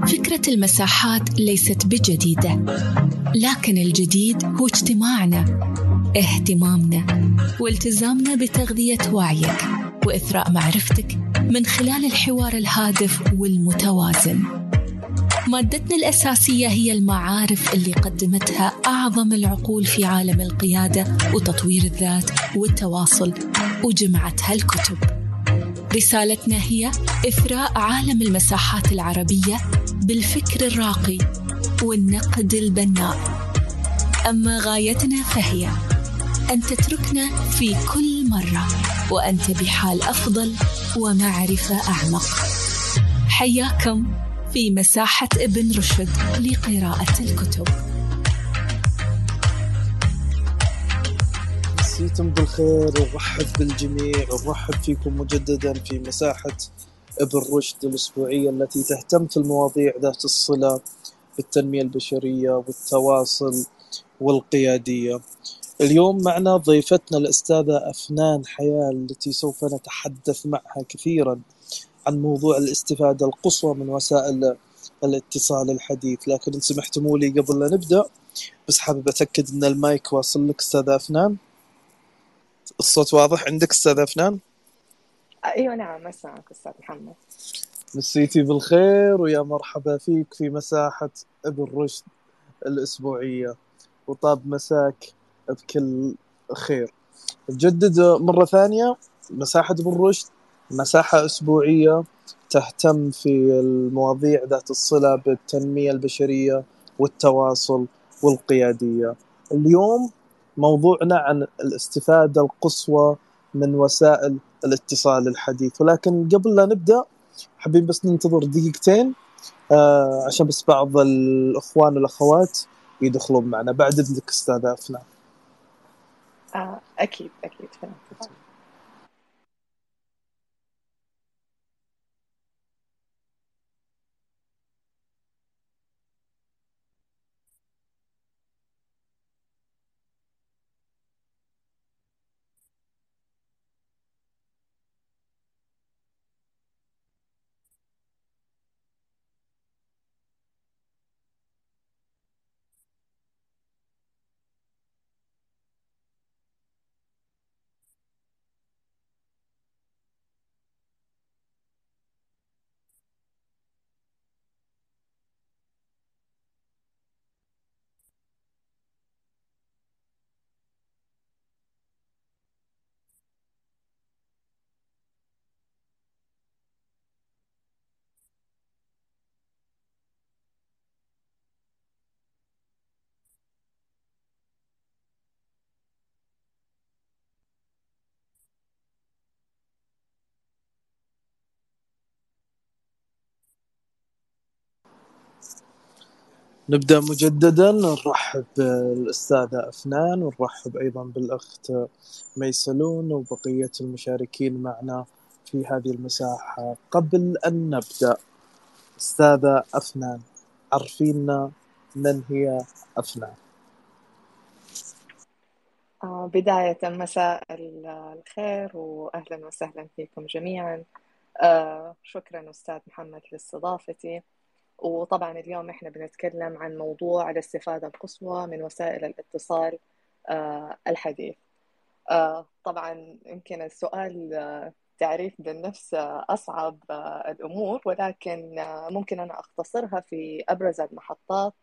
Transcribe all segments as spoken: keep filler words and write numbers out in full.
فكرة المساحات ليست بجديدة، لكن الجديد هو اجتماعنا، اهتمامنا والتزامنا بتغذية وعيك وإثراء معرفتك من خلال الحوار الهادف والمتوازن. مادتنا الأساسية هي المعارف اللي قدمتها أعظم العقول في عالم القيادة وتطوير الذات والتواصل، وجمعتها الكتب. رسالتنا هي إثراء عالم المساحات العربية بالفكر الراقي والنقد البناء. أما غايتنا فهي أن تتركنا في كل مرة وأنت بحال أفضل ومعرفة أعمق. حياكم في مساحة ابن رشد لقراءة الكتب. مسيتم بالخير ونرحب بالجميع ونرحب فيكم مجددا في مساحة ابن رشد الأسبوعية التي تهتم في المواضيع ذات الصلة بالتنمية البشرية والتواصل والقيادية. اليوم معنا ضيفتنا الأستاذة أفنان حياة التي سوف نتحدث معها كثيرا عن موضوع الاستفادة القصوى من وسائل الاتصال الحديث. لكن إن سمحتموا لي قبل لا نبدأ بس حابب أتأكد أن المايك واصل لك أستاذة أفنان. الصوت واضح عندك أستاذة أفنان؟ أيوة نعم أسمعك أستاذ محمد. مسيتي بالخير ويا مرحبا فيك في مساحة ابن رشد الأسبوعية، وطاب مساك بكل خير. نجدد مرة ثانية، مساحة ابن رشد مساحة أسبوعية تهتم في المواضيع ذات الصلة بالتنمية البشرية والتواصل والقيادية. اليوم موضوعنا عن الاستفادة القصوى من وسائل الاتصال الحديث، ولكن قبل لا نبدأ حابين بس ننتظر دقيقتين آه عشان بس بعض الأخوان والأخوات يدخلون معنا. بعد إذنك أستاذة أفنان. آه أكيد أكيد فهمت. نبدأ مجددا. نرحب بالأستاذة أفنان ونرحب أيضا بالأخت ميسلون وبقية المشاركين معنا في هذه المساحة. قبل أن نبدأ أستاذة أفنان، عرفينا من هي أفنان؟ آه بداية مساء الخير وأهلا وسهلا فيكم جميعا. آه شكرا أستاذ محمد لاستضافتي. وطبعا اليوم إحنا بنتكلم عن موضوع الاستفادة القصوى من وسائل الاتصال آه الحديث. آه طبعا يمكن السؤال آه تعريف بالنفس آه أصعب آه الأمور، ولكن آه ممكن أنا أختصرها في أبرز المحطات.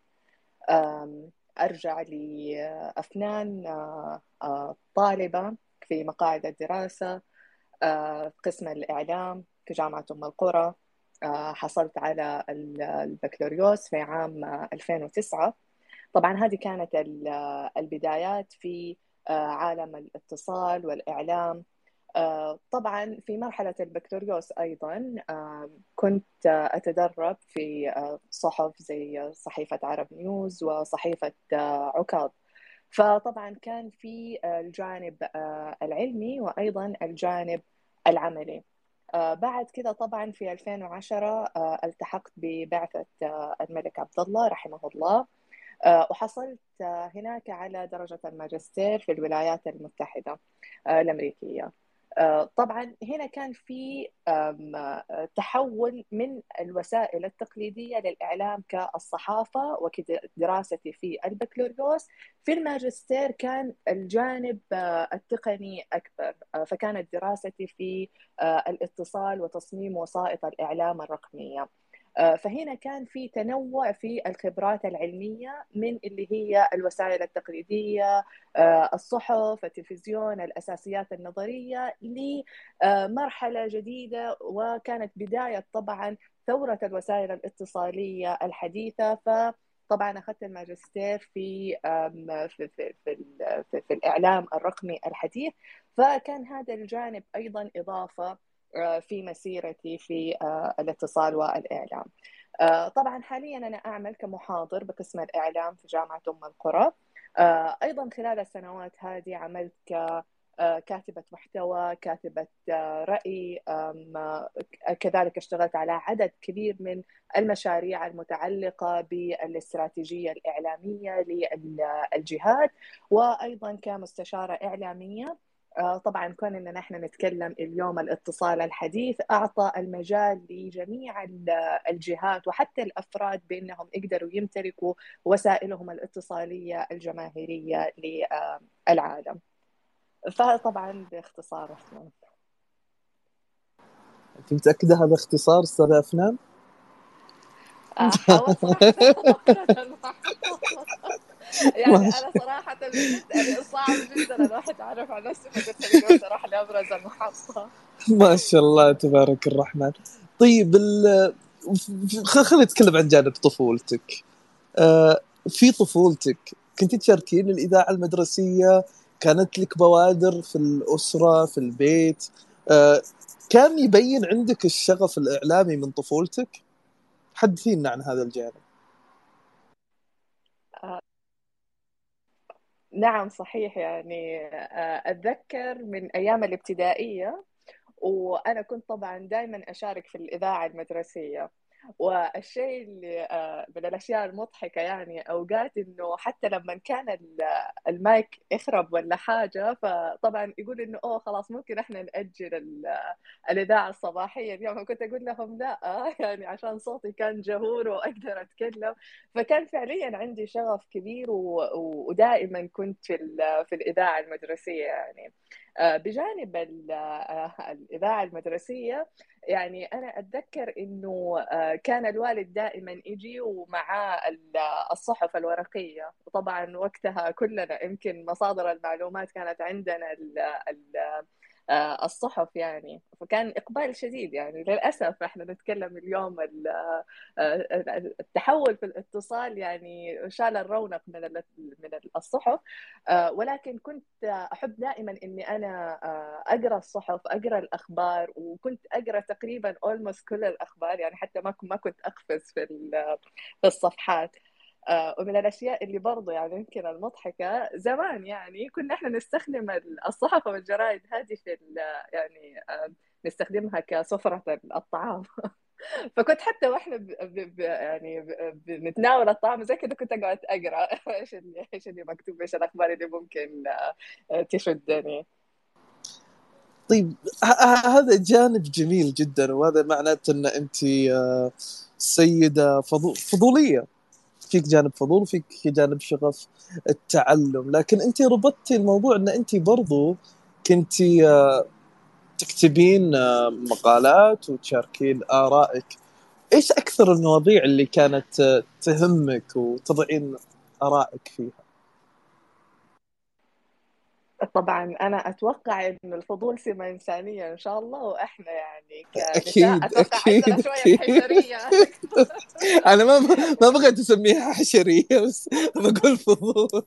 أرجع لأفنان طالبة في مقاعد الدراسة قسم الإعلام في جامعة أم القرى. حصلت على البكالوريوس في عام ألفين وتسعة. طبعا هذه كانت البدايات في عالم الاتصال والإعلام. طبعا في مرحلة البكالوريوس أيضا كنت أتدرب في صحف زي صحيفة عرب نيوز وصحيفة عكاظ. فطبعا كان في الجانب العلمي وأيضا الجانب العملي. بعد كده طبعا في ألفين وعشرة التحقت ببعثة الملك عبد الله رحمه الله، وحصلت هناك على درجة الماجستير في الولايات المتحدة الأمريكية. طبعا هنا كان في تحول من الوسائل التقليدية للإعلام كالصحافة، وكدراستي في البكالوريوس. في الماجستير كان الجانب التقني أكثر، فكانت دراستي في الاتصال وتصميم وسائط الإعلام الرقمية. فهنا كان في تنوع في الخبرات العلمية، من اللي هي الوسائل التقليدية، الصحف، التلفزيون، الأساسيات النظرية، لمرحلة جديدة، وكانت بداية طبعا ثورة الوسائل الاتصالية الحديثة. فطبعا أخذت الماجستير في في في في, في, في الإعلام الرقمي الحديث، فكان هذا الجانب أيضا إضافة في مسيرتي في الاتصال والإعلام. طبعا حاليا أنا أعمل كمحاضر بقسم الإعلام في جامعة أم القرى. أيضا خلال السنوات هذه عملت ككاتبة محتوى، كاتبة رأي، كذلك اشتغلت على عدد كبير من المشاريع المتعلقة بالاستراتيجية الإعلامية للجهات، وأيضا كمستشارة إعلامية. طبعا كون ان نحن نتكلم اليوم الاتصال الحديث اعطى المجال لجميع الجهات وحتى الافراد بانهم يقدروا يمتلكوا وسائلهم الاتصاليه الجماهيريه للعالم. فطبعا باختصار أفنان. انت متاكده هذا اختصار استاذ أفنان؟ حاول صراحه يعني أنا صراحة بتسألي صعب جدا الواحد يعرف على نفسه، فقلت خليني بس أروح لأبرز المحطة. ما شاء الله تبارك الرحمن. طيب ال... خلينا نتكلم عن جانب طفولتك. آه في طفولتك كنت تشاركين الإذاعة المدرسية؟ كانت لك بوادر في الأسرة في البيت؟ آه كان يبين عندك الشغف الإعلامي من طفولتك؟ حدثينا عن هذا الجانب. آه نعم صحيح، يعني آه أتذكر من أيام الابتدائية، وأنا كنت طبعا دائما أشارك في الإذاعة المدرسية. والشيء اللي من الأشياء المضحكة يعني أوقات إنه حتى لما كان المايك يخرب ولا حاجة، فطبعا يقول إنه أوه خلاص ممكن إحنا نأجل الإذاعة الصباحية اليوم. كنت أقول لهم لا، يعني عشان صوتي كان جهور وأقدر أتكلم. فكان فعليا عندي شغف كبير، ودائما كنت في في الإذاعة المدرسية. يعني بجانب الإذاعة المدرسية، يعني أنا أتذكر إنه كان الوالد دائما يجي ومعاه الصحف الورقية، وطبعا وقتها كلنا يمكن مصادر المعلومات كانت عندنا ال ال الصحف يعني. فكان إقبال شديد. يعني للأسف إحنا نتكلم اليوم التحول في الاتصال يعني شال الرونق من من الصحف، ولكن كنت أحب دائما إني أنا أقرأ الصحف، أقرأ الأخبار، وكنت أقرأ تقريبا almost كل الأخبار، يعني حتى ما ما كنت أقفز في في الصفحات. ومن الأشياء اللي برضو يعني يمكن المضحكة، زمان يعني كنا إحنا نستخدم الصحف والجرائد هذه في يعني نستخدمها كسفرة الطعام. فكنت حتى واحنا ب... ب... ب... يعني ب... بنتناول الطعام زي كده كنت اقعد اقرا ايش اللي ايش اللي مكتوب، ايش الاخبار اللي ممكن تشدني. طيب هذا جانب جميل جدا، وهذا معناته ان انت سيده فضوليه، فيك جانب فضول، فيك جانب شغف التعلم. لكن انت ربطتي الموضوع ان انت برضو كنتي تكتبين مقالات وتشاركين آرائك. ايش اكثر المواضيع اللي كانت تهمك وتضعين آرائك فيها؟ طبعا انا اتوقع ان الفضول سمة انسانية ان شاء الله، واحنا يعني كنساء اكيد اتوقع اكيد عندنا شوية اكيد. حشرية. انا ما ما بغيت اسميها حشرية، بس بقول فضول.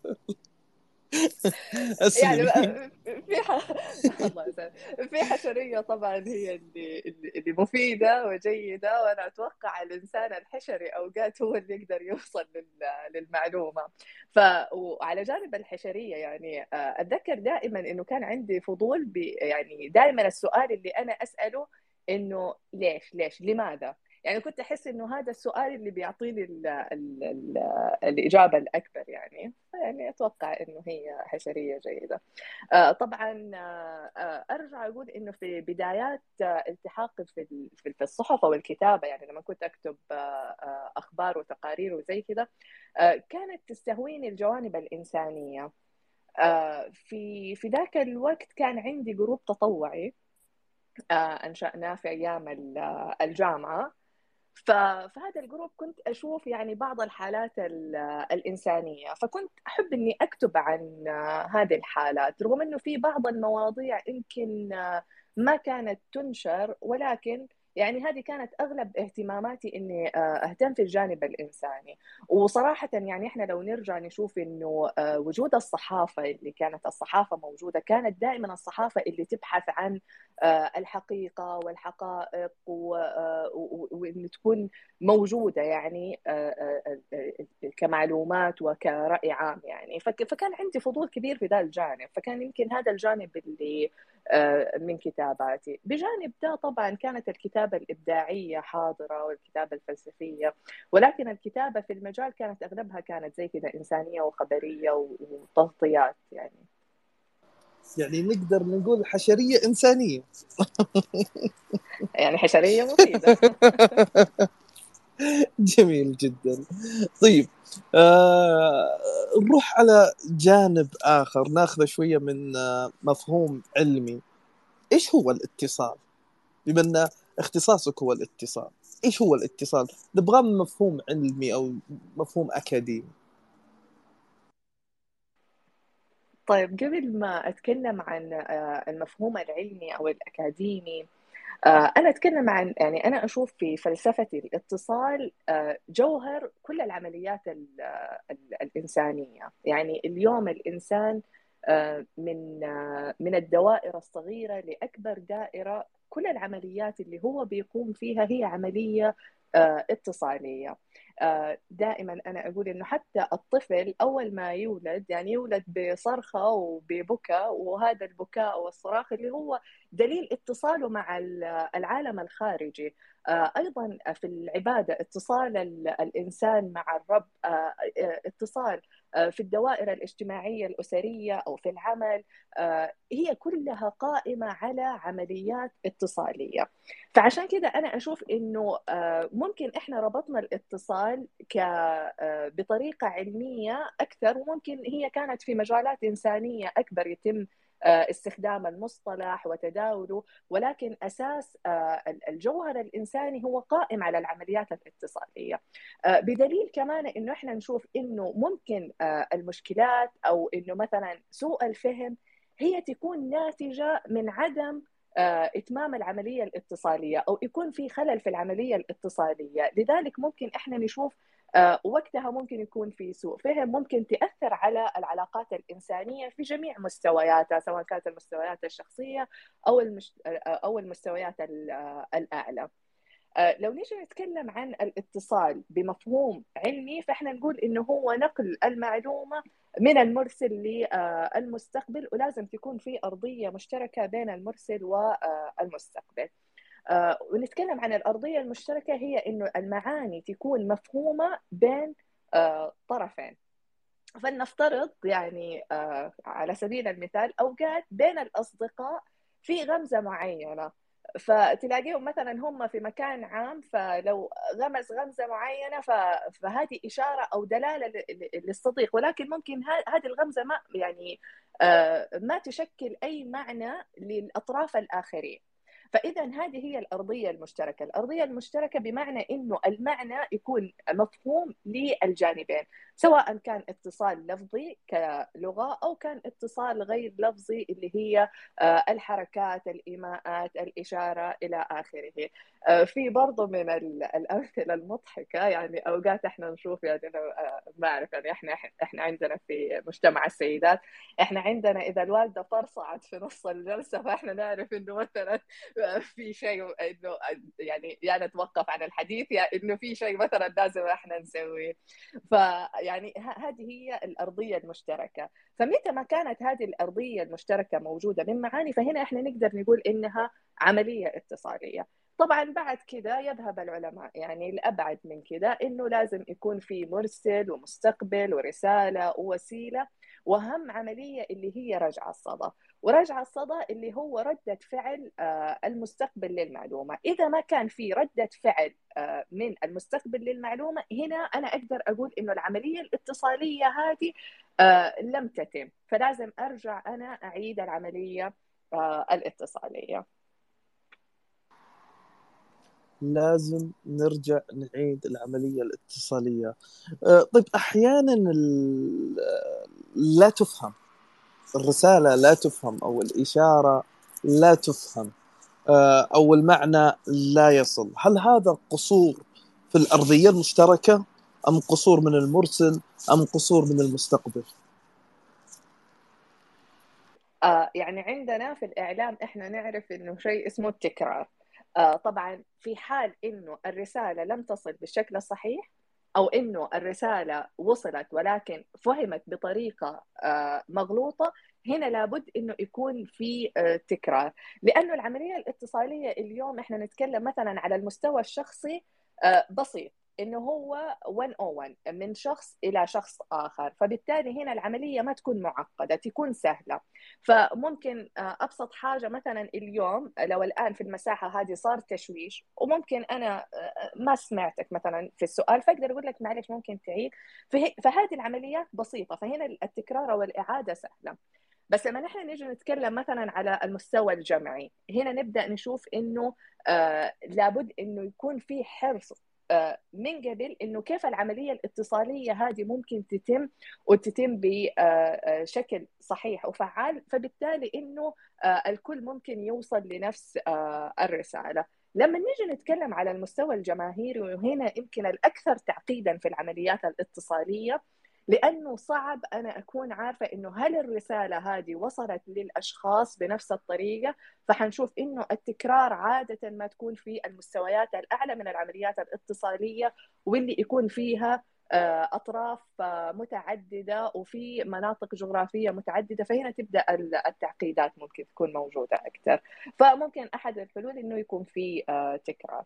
يعني اسلمي. في ح... الله يسلمك. في حشرية طبعا هي اللي اللي مفيدة وجيدة، وأنا أتوقع الإنسان الحشري أوقات هو اللي يقدر يوصل لل... للمعلومة. ف وعلى جانب الحشرية يعني أتذكر دائما إنه كان عندي فضول ب... يعني دائما السؤال اللي أنا أسأله إنه ليش ليش لماذا يعني كنت أحس إنه هذا السؤال اللي بيعطيني ال ال ال الإجابة الأكبر يعني. يعني أتوقع إنه هي حشرية جيدة. آه، طبعا آه، آه، أرجع أقول إنه في بدايات آه، التحاقي في ال- في في الصحف أو الكتابة، يعني لما كنت أكتب آه، آه، أخبار وتقارير وزي كده، آه، كانت تستهويني الجوانب الإنسانية. آه، في في ذاك الوقت كان عندي جروب تطوعي آه، أنشأناه في أيام ال- آه، الجامعة. ففي هذا الجروب كنت أشوف يعني بعض الحالات ال- الإنسانية، فكنت أحب إني أكتب عن آه، هذه الحالات، رغم إنه في بعض المواضيع يمكن آه، ما كانت تنشر، ولكن يعني هذه كانت أغلب اهتماماتي إني آه، أهتم في الجانب الإنساني. وصراحة يعني إحنا لو نرجع نشوف إنه آه، وجود الصحافة، اللي كانت الصحافة موجودة، كانت دائما الصحافة اللي تبحث عن آه، الحقيقة والحقائق، و- آه، و- وإن تكون موجودة يعني آه، آه، آه، كمعلومات وكرأي عام يعني. فك- فكان عندي فضول كبير في ذا الجانب، فكان يمكن هذا الجانب اللي آه، من كتاباتي. بجانب ده طبعا كانت الكتابة الإبداعية حاضرة والكتابة الفلسفية، ولكن الكتابة في المجال كانت أغلبها كانت زي كده إنسانية وخبرية وتغطيات يعني. يعني نقدر نقول حشرية إنسانية. يعني حشرية مفيدة. جميل جدا. طيب، آه نروح على جانب آخر، ناخذ شوية من آه مفهوم علمي. إيش هو الاتصال؟ بما أن اختصاصك هو الاتصال، إيش هو الاتصال؟ نبغى مفهوم علمي أو مفهوم أكاديمي. طيب قبل ما أتكلم عن آه، المفهوم العلمي أو الأكاديمي، آه، أنا أتكلم عن، يعني أنا أشوف في فلسفتي الاتصال آه، جوهر كل العمليات ال- آه، ال- الإنسانية. يعني اليوم الإنسان آه، من آه، من الدوائر الصغيرة لأكبر دائرة، كل العمليات اللي هو بيقوم فيها هي عملية آه، اتصالية. آه، دائما أنا أقول إنه حتى الطفل أول ما يولد يعني يولد بصرخة وببكاء، وهذا البكاء والصراخ اللي هو دليل اتصاله مع العالم الخارجي. آه، أيضا في العبادة اتصال الإنسان مع الرب، آه، آه، اتصال آه، في الدوائر الاجتماعية الأسرية أو في العمل، آه، هي كلها قائمة على عمليات اتصالية. فعشان كده أنا أشوف إنه آه، ممكن إحنا ربطنا الاتصال ك آه، بطريقة علمية أكثر، وممكن هي كانت في مجالات إنسانية أكبر يتم آه، استخدام المصطلح وتداوله، ولكن أساس آه، الجوهر الإنساني هو قائم على العمليات الاتصالية. آه، بدليل كمان إنه إحنا نشوف إنه ممكن آه، المشكلات أو إنه مثلا سوء الفهم هي تكون ناتجة من عدم آه، إتمام العملية الاتصالية، أو يكون في خلل في العملية الاتصالية. لذلك ممكن إحنا نشوف آه، وقتها ممكن يكون في سوء فهم، ممكن تأثر على العلاقات الإنسانية في جميع مستوياتها، سواء كانت المستويات الشخصية أو المش... أو المستويات الأعلى. آه، لو نيجي نتكلم عن الاتصال بمفهوم علمي، فإحنا نقول إنه هو نقل المعلومة من المرسل للمستقبل، ولازم تكون في أرضية مشتركة بين المرسل والمستقبل. آه، ونتكلم عن الأرضية المشتركة، هي إنه المعاني تكون مفهومة بين آه، طرفين. فلنفترض يعني آه، على سبيل المثال أوقات بين الأصدقاء في غمزة معينة، فتلاقيهم مثلا هم في مكان عام، فلو غمز غمزة معينة فهذه إشارة أو دلالة للصديق، ولكن ممكن هذه الغمزة ما يعني آه، ما تشكل أي معنى للأطراف الآخرين. فإذا هذه هي الأرضية المشتركة. الأرضية المشتركة بمعنى إنه المعنى يكون مفهوم للجانبين، سواء كان اتصال لفظي كلغة أو كان اتصال غير لفظي اللي هي الحركات، الإيماءات، الإشارة إلى آخره. في برضو من الأمثلة المضحكة، يعني أوقات إحنا نشوف، يعني أنا ما أعرف، يعني إحنا إحنا عندنا في مجتمع السيدات، إحنا عندنا إذا الوالدة فرصعت في نص الجلسة، فإحنا نعرف إنه مثلا في شيء، إنه يعني يا نتوقف عن الحديث يا إنه في شيء مثلا لازم إحنا نسويه. فيعني هذه هي الأرضية المشتركة. فمتى ما كانت هذه الأرضية المشتركة موجودة من معاني، فهنا إحنا نقدر نقول إنها عملية اتصالية. طبعا بعد كده يذهب العلماء يعني الأبعد من كده، إنه لازم يكون في مرسل ومستقبل ورسالة ووسيلة، وأهم عملية اللي هي رجع الصدى. ورجع الصدى اللي هو ردة فعل المستقبل للمعلومة. إذا ما كان في ردة فعل من المستقبل للمعلومة، هنا أنا أقدر أقول إنه العملية الاتصالية هذه لم تتم، فلازم أرجع أنا أعيد العملية الاتصالية. لازم نرجع نعيد العملية الاتصالية. طيب أحيانا لا تفهم الرسالة، لا تفهم، أو الإشارة لا تفهم، أو المعنى لا يصل. هل هذا قصور في الأرضية المشتركة، أم قصور من المرسل، أم قصور من المستقبل؟ آه يعني عندنا في الإعلام إحنا نعرف إنه شيء اسمه التكرار. آه طبعا في حال إنه الرسالة لم تصل بالشكل الصحيح، أو إنه الرسالة وصلت ولكن فهمت بطريقة آه مغلوطة، هنا لابد إنه يكون في آه تكرار. لأنه العملية الاتصالية اليوم إحنا نتكلم مثلا على المستوى الشخصي آه بسيط، انه هو مية وواحد من شخص الى شخص اخر، فبالتالي هنا العمليه ما تكون معقده، تكون سهله. فممكن ابسط حاجه مثلا اليوم لو الان في المساحه هذه صار تشويش، وممكن انا ما سمعتك مثلا في السؤال، فاقدر اقول لك معلش ممكن تعيد. فهذه العمليات بسيطه، فهنا التكرار والاعاده سهله. بس لما نحن نيجي نتكلم مثلا على المستوى الجمعي، هنا نبدا نشوف انه آه لابد انه يكون في حرص من قبل انه كيف العمليه الاتصاليه هذه ممكن تتم وتتم بشكل صحيح وفعال، فبالتالي انه الكل ممكن يوصل لنفس الرساله. لما نيجي نتكلم على المستوى الجماهيري، وهنا يمكن الاكثر تعقيدا في العمليات الاتصاليه، لأنه صعب أنا أكون عارفة إنه هل الرسالة هذه وصلت للأشخاص بنفس الطريقة. فحنشوف إنه التكرار عادة ما تكون في المستويات الأعلى من العمليات الاتصالية، واللي يكون فيها أطراف متعددة وفي مناطق جغرافية متعددة، فهنا تبدأ التعقيدات ممكن تكون موجودة أكثر. فممكن أحد الحلول إنه يكون في تكرار.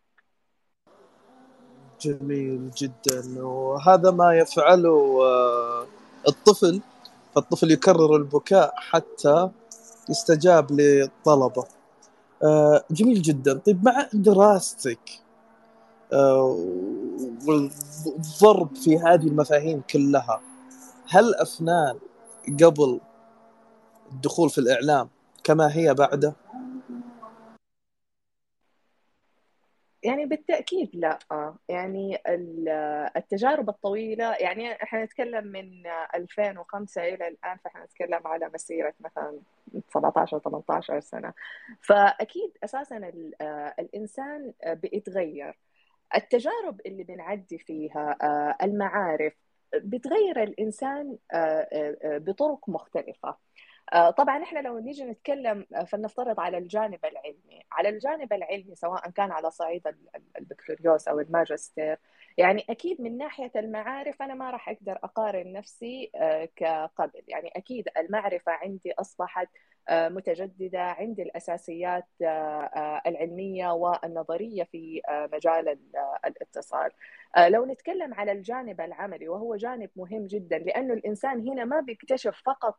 جميل جدا، وهذا ما يفعله الطفل، فالطفل يكرر البكاء حتى يستجاب للطلبة. جميل جدا. طيب مع دراستك والضرب في هذه المفاهيم كلها، هل أفنان قبل الدخول في الإعلام كما هي بعده؟ يعني بالتأكيد لا. يعني التجارب الطويلة، يعني احنا نتكلم من ألفين وخمسة إلى الآن، فاحنا نتكلم على مسيرة مثلا سبعة عشر ثمانية عشر سنة. فأكيد أساسا الإنسان بيتغير، التجارب اللي بنعدي فيها، المعارف بتغير الإنسان بطرق مختلفة. طبعا احنا لو نيجي نتكلم فلنفترض على الجانب العلمي، على الجانب العلمي سواء كان على صعيد البكالوريوس او الماجستير، يعني اكيد من ناحيه المعارف انا ما راح اقدر اقارن نفسي كقبل. يعني اكيد المعرفه عندي اصبحت متجدده، عندي الاساسيات العلميه والنظريه في مجال الاتصال. لو نتكلم على الجانب العملي، وهو جانب مهم جدا، لأنه الإنسان هنا ما بيكتشف فقط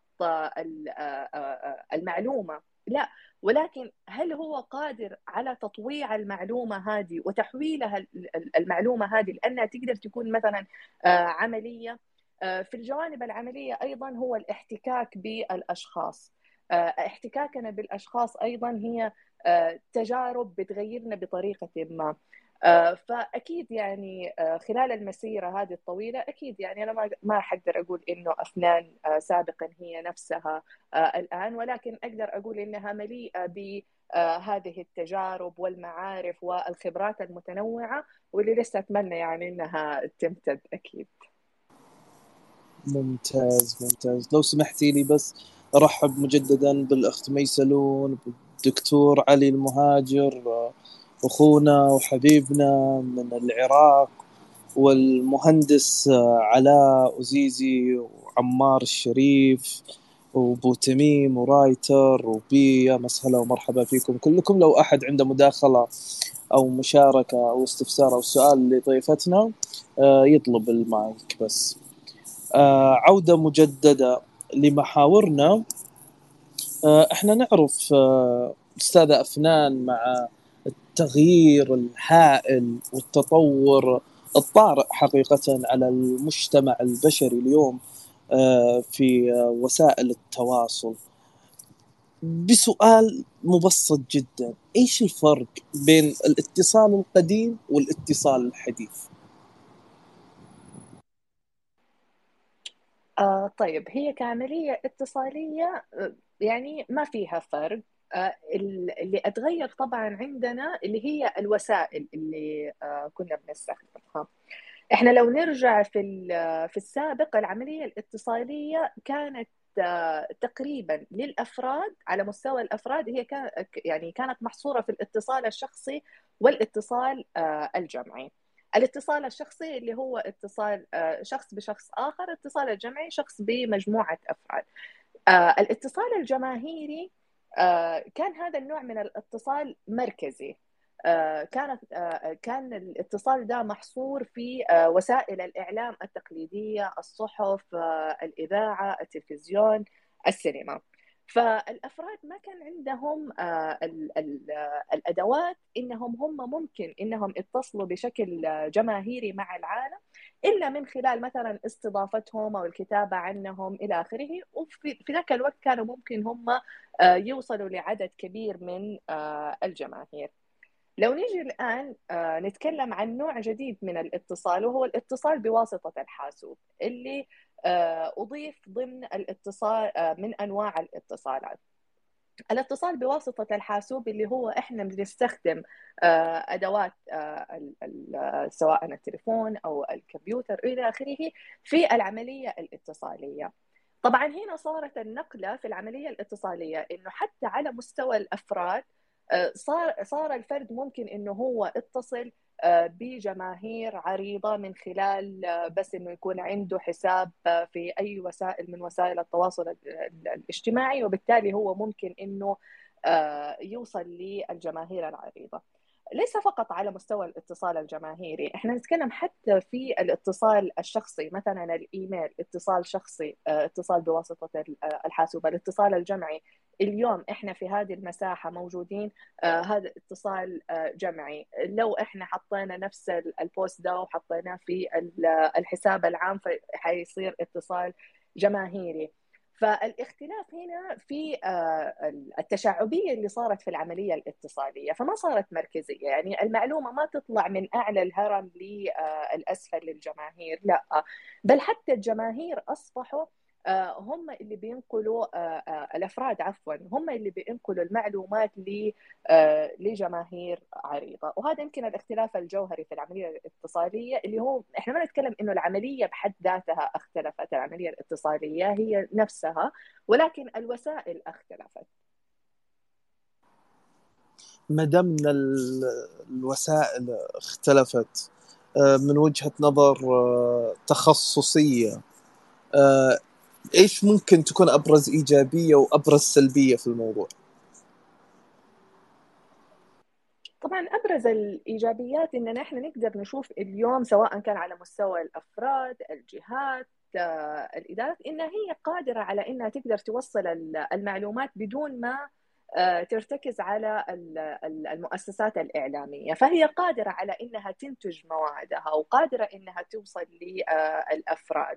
المعلومة، لا، ولكن هل هو قادر على تطويع المعلومة هذه وتحويلها المعلومة هذه لأنها تقدر تكون مثلا عملية. في الجوانب العملية أيضا هو الاحتكاك بالأشخاص. احتكاكنا بالأشخاص أيضا هي تجارب بتغيرنا بطريقة ما. فأكيد يعني خلال المسيرة هذه الطويلة، أكيد يعني أنا ما راح أقدر أقول إنه أفنان سابقا هي نفسها الآن، ولكن أقدر أقول إنها مليئة بهذه التجارب والمعارف والخبرات المتنوعة، واللي لسه أتمنى يعني إنها تمتد أكيد. ممتاز ممتاز. لو سمحتي لي بس أرحب مجددا بالأخت ميسلون، بالدكتور علي المهاجر أخونا وحبيبنا من العراق، والمهندس علاء أزيزي وعمار الشريف وبو تميم ورايتر وبي، مسهلا ومرحبا فيكم كلكم. لو أحد عنده مداخلة أو مشاركة أو استفسار أو سؤال لضيفتنا يطلب المايك بس. عودة مجددة لمحاورنا. احنا نعرف أستاذة أفنان مع التغيير الهائل والتطور الطارئ حقيقة على المجتمع البشري اليوم في وسائل التواصل، بسؤال مبسط جدا: ايش الفرق بين الاتصال القديم والاتصال الحديث؟ آه طيب، هي كعملية اتصالية يعني ما فيها فرق. آه اللي اتغير طبعا عندنا اللي هي الوسائل اللي آه كنا بنستخدمها. احنا لو نرجع في في السابق، العملية الاتصالية كانت تقريبا للافراد، على مستوى الافراد هي كان يعني كانت محصورة في الاتصال الشخصي والاتصال الجمعي. الاتصال الشخصي اللي هو اتصال شخص بشخص اخر، الاتصال الجمعي شخص بمجموعة افراد. الاتصال الجماهيري كان هذا النوع من الاتصال مركزي. كانت كان الاتصال ده محصور في وسائل الإعلام التقليدية، الصحف، الإذاعة، التلفزيون، السينما. فالأفراد ما كان عندهم الأدوات إنهم هم ممكن إنهم يتصلوا بشكل جماهيري مع العالم إلا من خلال مثلا استضافتهم أو الكتابة عنهم إلى آخره. وفي ذاك الوقت كانوا ممكن هم يوصلوا لعدد كبير من الجماهير. لو نيجي الآن نتكلم عن نوع جديد من الاتصال، وهو الاتصال بواسطة الحاسوب، اللي أضيف ضمن الاتصال من أنواع الاتصالات. الاتصال بواسطة الحاسوب اللي هو إحنا بنستخدم أدوات سواء التليفون أو الكمبيوتر إلى آخره في العملية الاتصالية. طبعا هنا صارت النقلة في العملية الاتصالية إنه حتى على مستوى الأفراد صار صار الفرد ممكن إنه هو يتصل بجماهير عريضة من خلال بس إنه يكون عنده حساب في أي وسائل من وسائل التواصل الاجتماعي، وبالتالي هو ممكن إنه يوصل للجماهير العريضة. ليس فقط على مستوى الاتصال الجماهيري، احنا نتكلم حتى في الاتصال الشخصي، مثلا الايميل اتصال شخصي، اتصال بواسطة الحاسوب. الاتصال الجمعي اليوم احنا في هذه المساحة موجودين، هذا اتصال جمعي. لو احنا حطينا نفس البوست ده وحطيناه في الحساب العام فحيصير اتصال جماهيري. فالاختلاف هنا في التشعبية اللي صارت في العملية الاتصالية، فما صارت مركزية، يعني المعلومة ما تطلع من أعلى الهرم للأسفل للجماهير، لا، بل حتى الجماهير أصبحوا هم اللي بينقلوا الأفراد عفوا هم اللي بينقلوا المعلومات لجماهير عريضة. وهذا يمكن الاختلاف الجوهري في العملية الاتصالية، اللي هو احنا ما نتكلم انه العملية بحد ذاتها اختلفت، العملية الاتصالية هي نفسها ولكن الوسائل اختلفت. ما دام الوسائل اختلفت من وجهة نظر تخصصية، ايش ممكن تكون ابرز ايجابية وابرز سلبية في الموضوع؟ طبعا ابرز الايجابيات اننا احنا نقدر نشوف اليوم سواء كان على مستوى الافراد، الجهات، الادارات، انها هي قادره على انها تقدر توصل المعلومات بدون ما ترتكز على المؤسسات الإعلامية. فهي قادرة على إنها تنتج موادها وقادرة إنها توصل للأفراد.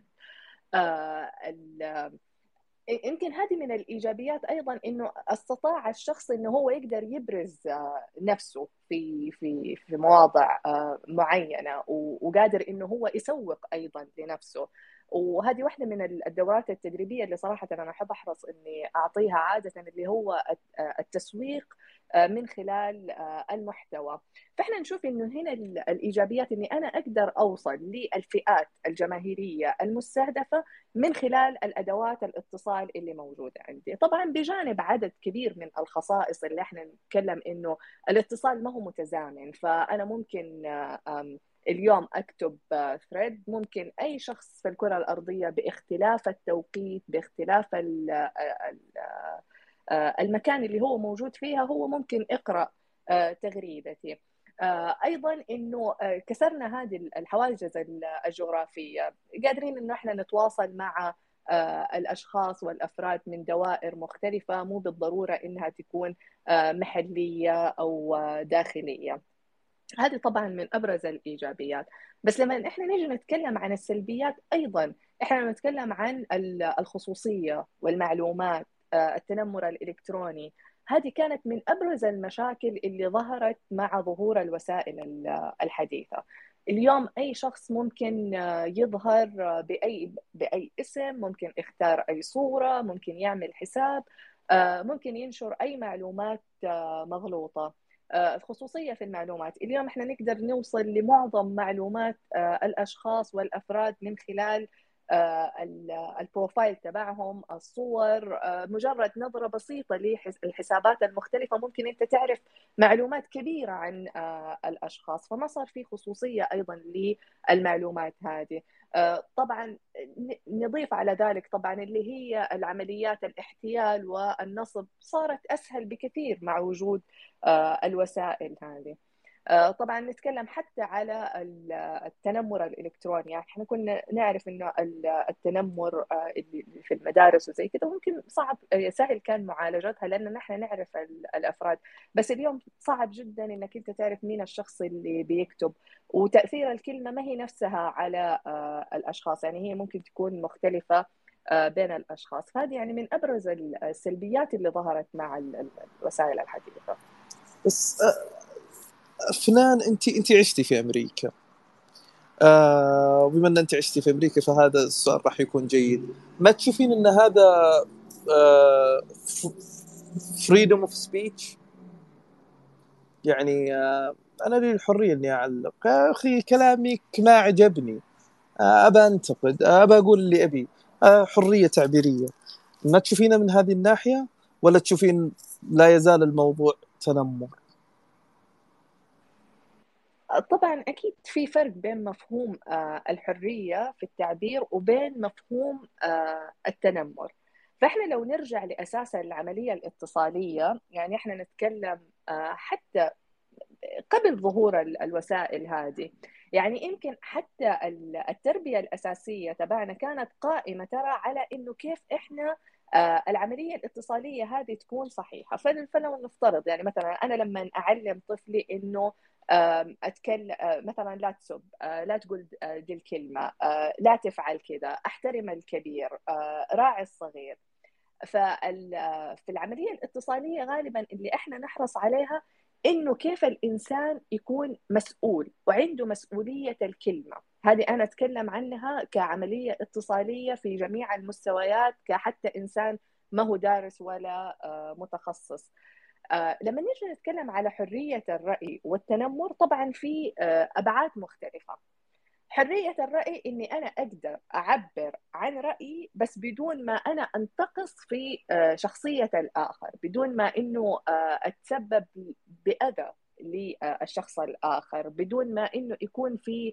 يمكن هذه من الإيجابيات أيضا، إنه استطاع الشخص إنه هو يقدر يبرز نفسه في في في مواضع معينة، وقادر إنه هو يسوق أيضا لنفسه. وهذه واحدة من الدورات التدريبية اللي صراحة أنا أحب أحرص إني أعطيها عادة، اللي هو التسويق من خلال المحتوى. فإحنا نشوف إنه هنا الإيجابيات إني أنا أقدر أوصل للفئات الجماهيرية المستهدفة من خلال الأدوات الاتصال اللي موجودة عندي. طبعا بجانب عدد كبير من الخصائص اللي احنا نتكلم إنه الاتصال ما هو متزامن، فأنا ممكن اليوم أكتب ثريد، ممكن أي شخص في الكرة الأرضية باختلاف التوقيت باختلاف المكان اللي هو موجود فيها هو ممكن يقرأ تغريدتي. أيضا إنه كسرنا هذه الحواجز الجغرافية، قادرين إنه إحنا نتواصل مع الأشخاص والأفراد من دوائر مختلفة، مو بالضرورة إنها تكون محلية أو داخلية. هذه طبعا من أبرز الإيجابيات. بس لما إحنا نيجي نتكلم عن السلبيات أيضا إحنا نتكلم عن الخصوصية والمعلومات، التنمر الإلكتروني. هذه كانت من أبرز المشاكل اللي ظهرت مع ظهور الوسائل الحديثة. اليوم أي شخص ممكن يظهر بأي بأي اسم، ممكن يختار أي صورة، ممكن يعمل حساب، ممكن ينشر أي معلومات مغلوطة. الخصوصية في المعلومات، اليوم احنا نقدر نوصل لمعظم معلومات الأشخاص والأفراد من خلال البروفايل تبعهم، الصور، مجرد نظرة بسيطة للحسابات المختلفة ممكن أنت تعرف معلومات كبيرة عن الأشخاص. فما صار في خصوصية أيضا للمعلومات هذه. طبعا نضيف على ذلك طبعا اللي هي العمليات الاحتيال والنصب صارت أسهل بكثير مع وجود الوسائل هذه. طبعا نتكلم حتى على التنمر الإلكتروني، يعني احنا كنا نعرف انه التنمر اللي في المدارس وزي كده ممكن صعب سهل كان معالجتها لأن نحن نعرف الأفراد، بس اليوم صعب جدا انك انت تعرف مين الشخص اللي بيكتب، وتأثير الكلمة ما هي نفسها على الأشخاص، يعني هي ممكن تكون مختلفة بين الأشخاص. فهذه يعني من أبرز السلبيات اللي ظهرت مع الوسائل الحديثة. بس فنان، انت انت عشتي في امريكا، آه وبما ان انت عشتي في امريكا فهذا السؤال راح يكون جيد. ما تشوفين ان هذا آه فريدوم اوف سبيتش؟ يعني آه انا لي الحريه اني اعلق، يا اخي كلامك ما عجبني، آه ابى انتقد، آه ابى اقول اللي ابي، آه حريه تعبيريه. ما تشوفينه من هذه الناحيه ولا تشوفين لا يزال الموضوع تنمر؟ طبعا أكيد في فرق بين مفهوم الحرية في التعبير وبين مفهوم التنمر. فإحنا لو نرجع لأساس العملية الاتصالية، يعني إحنا نتكلم حتى قبل ظهور الوسائل هذه، يعني يمكن حتى التربية الأساسية تبعنا كانت قائمة ترى على إنه كيف إحنا العملية الاتصالية هذه تكون صحيحة. فلو نفترض يعني مثلا أنا لما أعلم طفلي إنه أتكلم مثلا لا تسب، لا تقول دي الكلمة، لا تفعل كذا، احترم الكبير، راعي الصغير. ففي العملية الاتصالية غالبا اللي احنا نحرص عليها انه كيف الانسان يكون مسؤول وعنده مسؤولية الكلمة. هذه انا اتكلم عنها كعملية اتصالية في جميع المستويات، كحتى انسان ما هو دارس ولا متخصص. لما نيجي نتكلم على حرية الرأي والتنمر، طبعا في أبعاد مختلفة. حرية الرأي إني أنا أقدر أعبر عن رأيي بس بدون ما أنا أنتقص في شخصية الآخر، بدون ما إنه أتسبب بأذى للشخص الآخر، بدون ما إنه يكون في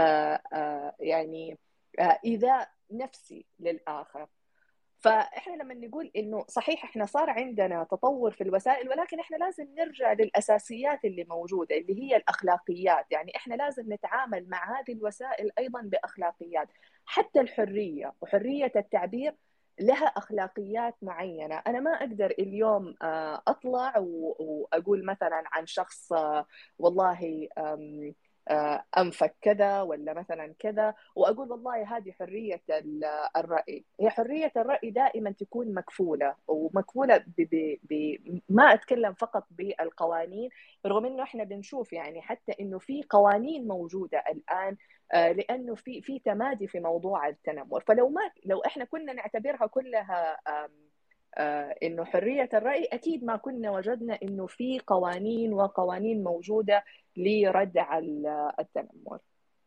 يعني إيذاء نفسي للآخر. فاحنا لما نقول انه صحيح احنا صار عندنا تطور في الوسائل، ولكن احنا لازم نرجع للاساسيات اللي موجوده اللي هي الاخلاقيات. يعني احنا لازم نتعامل مع هذه الوسائل ايضا باخلاقيات. حتى الحريه وحريه التعبير لها اخلاقيات معينه. انا ما اقدر اليوم اطلع واقول مثلا عن شخص والله أنفك كذا ولا مثلا كذا وأقول والله هذه حرية الرأي. هي حرية الرأي دائما تكون مكفولة، ومكفولة ب ب ب ما أتكلم فقط بالقوانين، رغم إنه إحنا بنشوف يعني حتى إنه في قوانين موجودة الآن لأنه في في تمادي في موضوع التنمر. فلو ما لو إحنا كنا نعتبرها كلها آه، إنه حرية الرأي أكيد ما كنا وجدنا إنه في قوانين وقوانين موجودة لردع التنمر.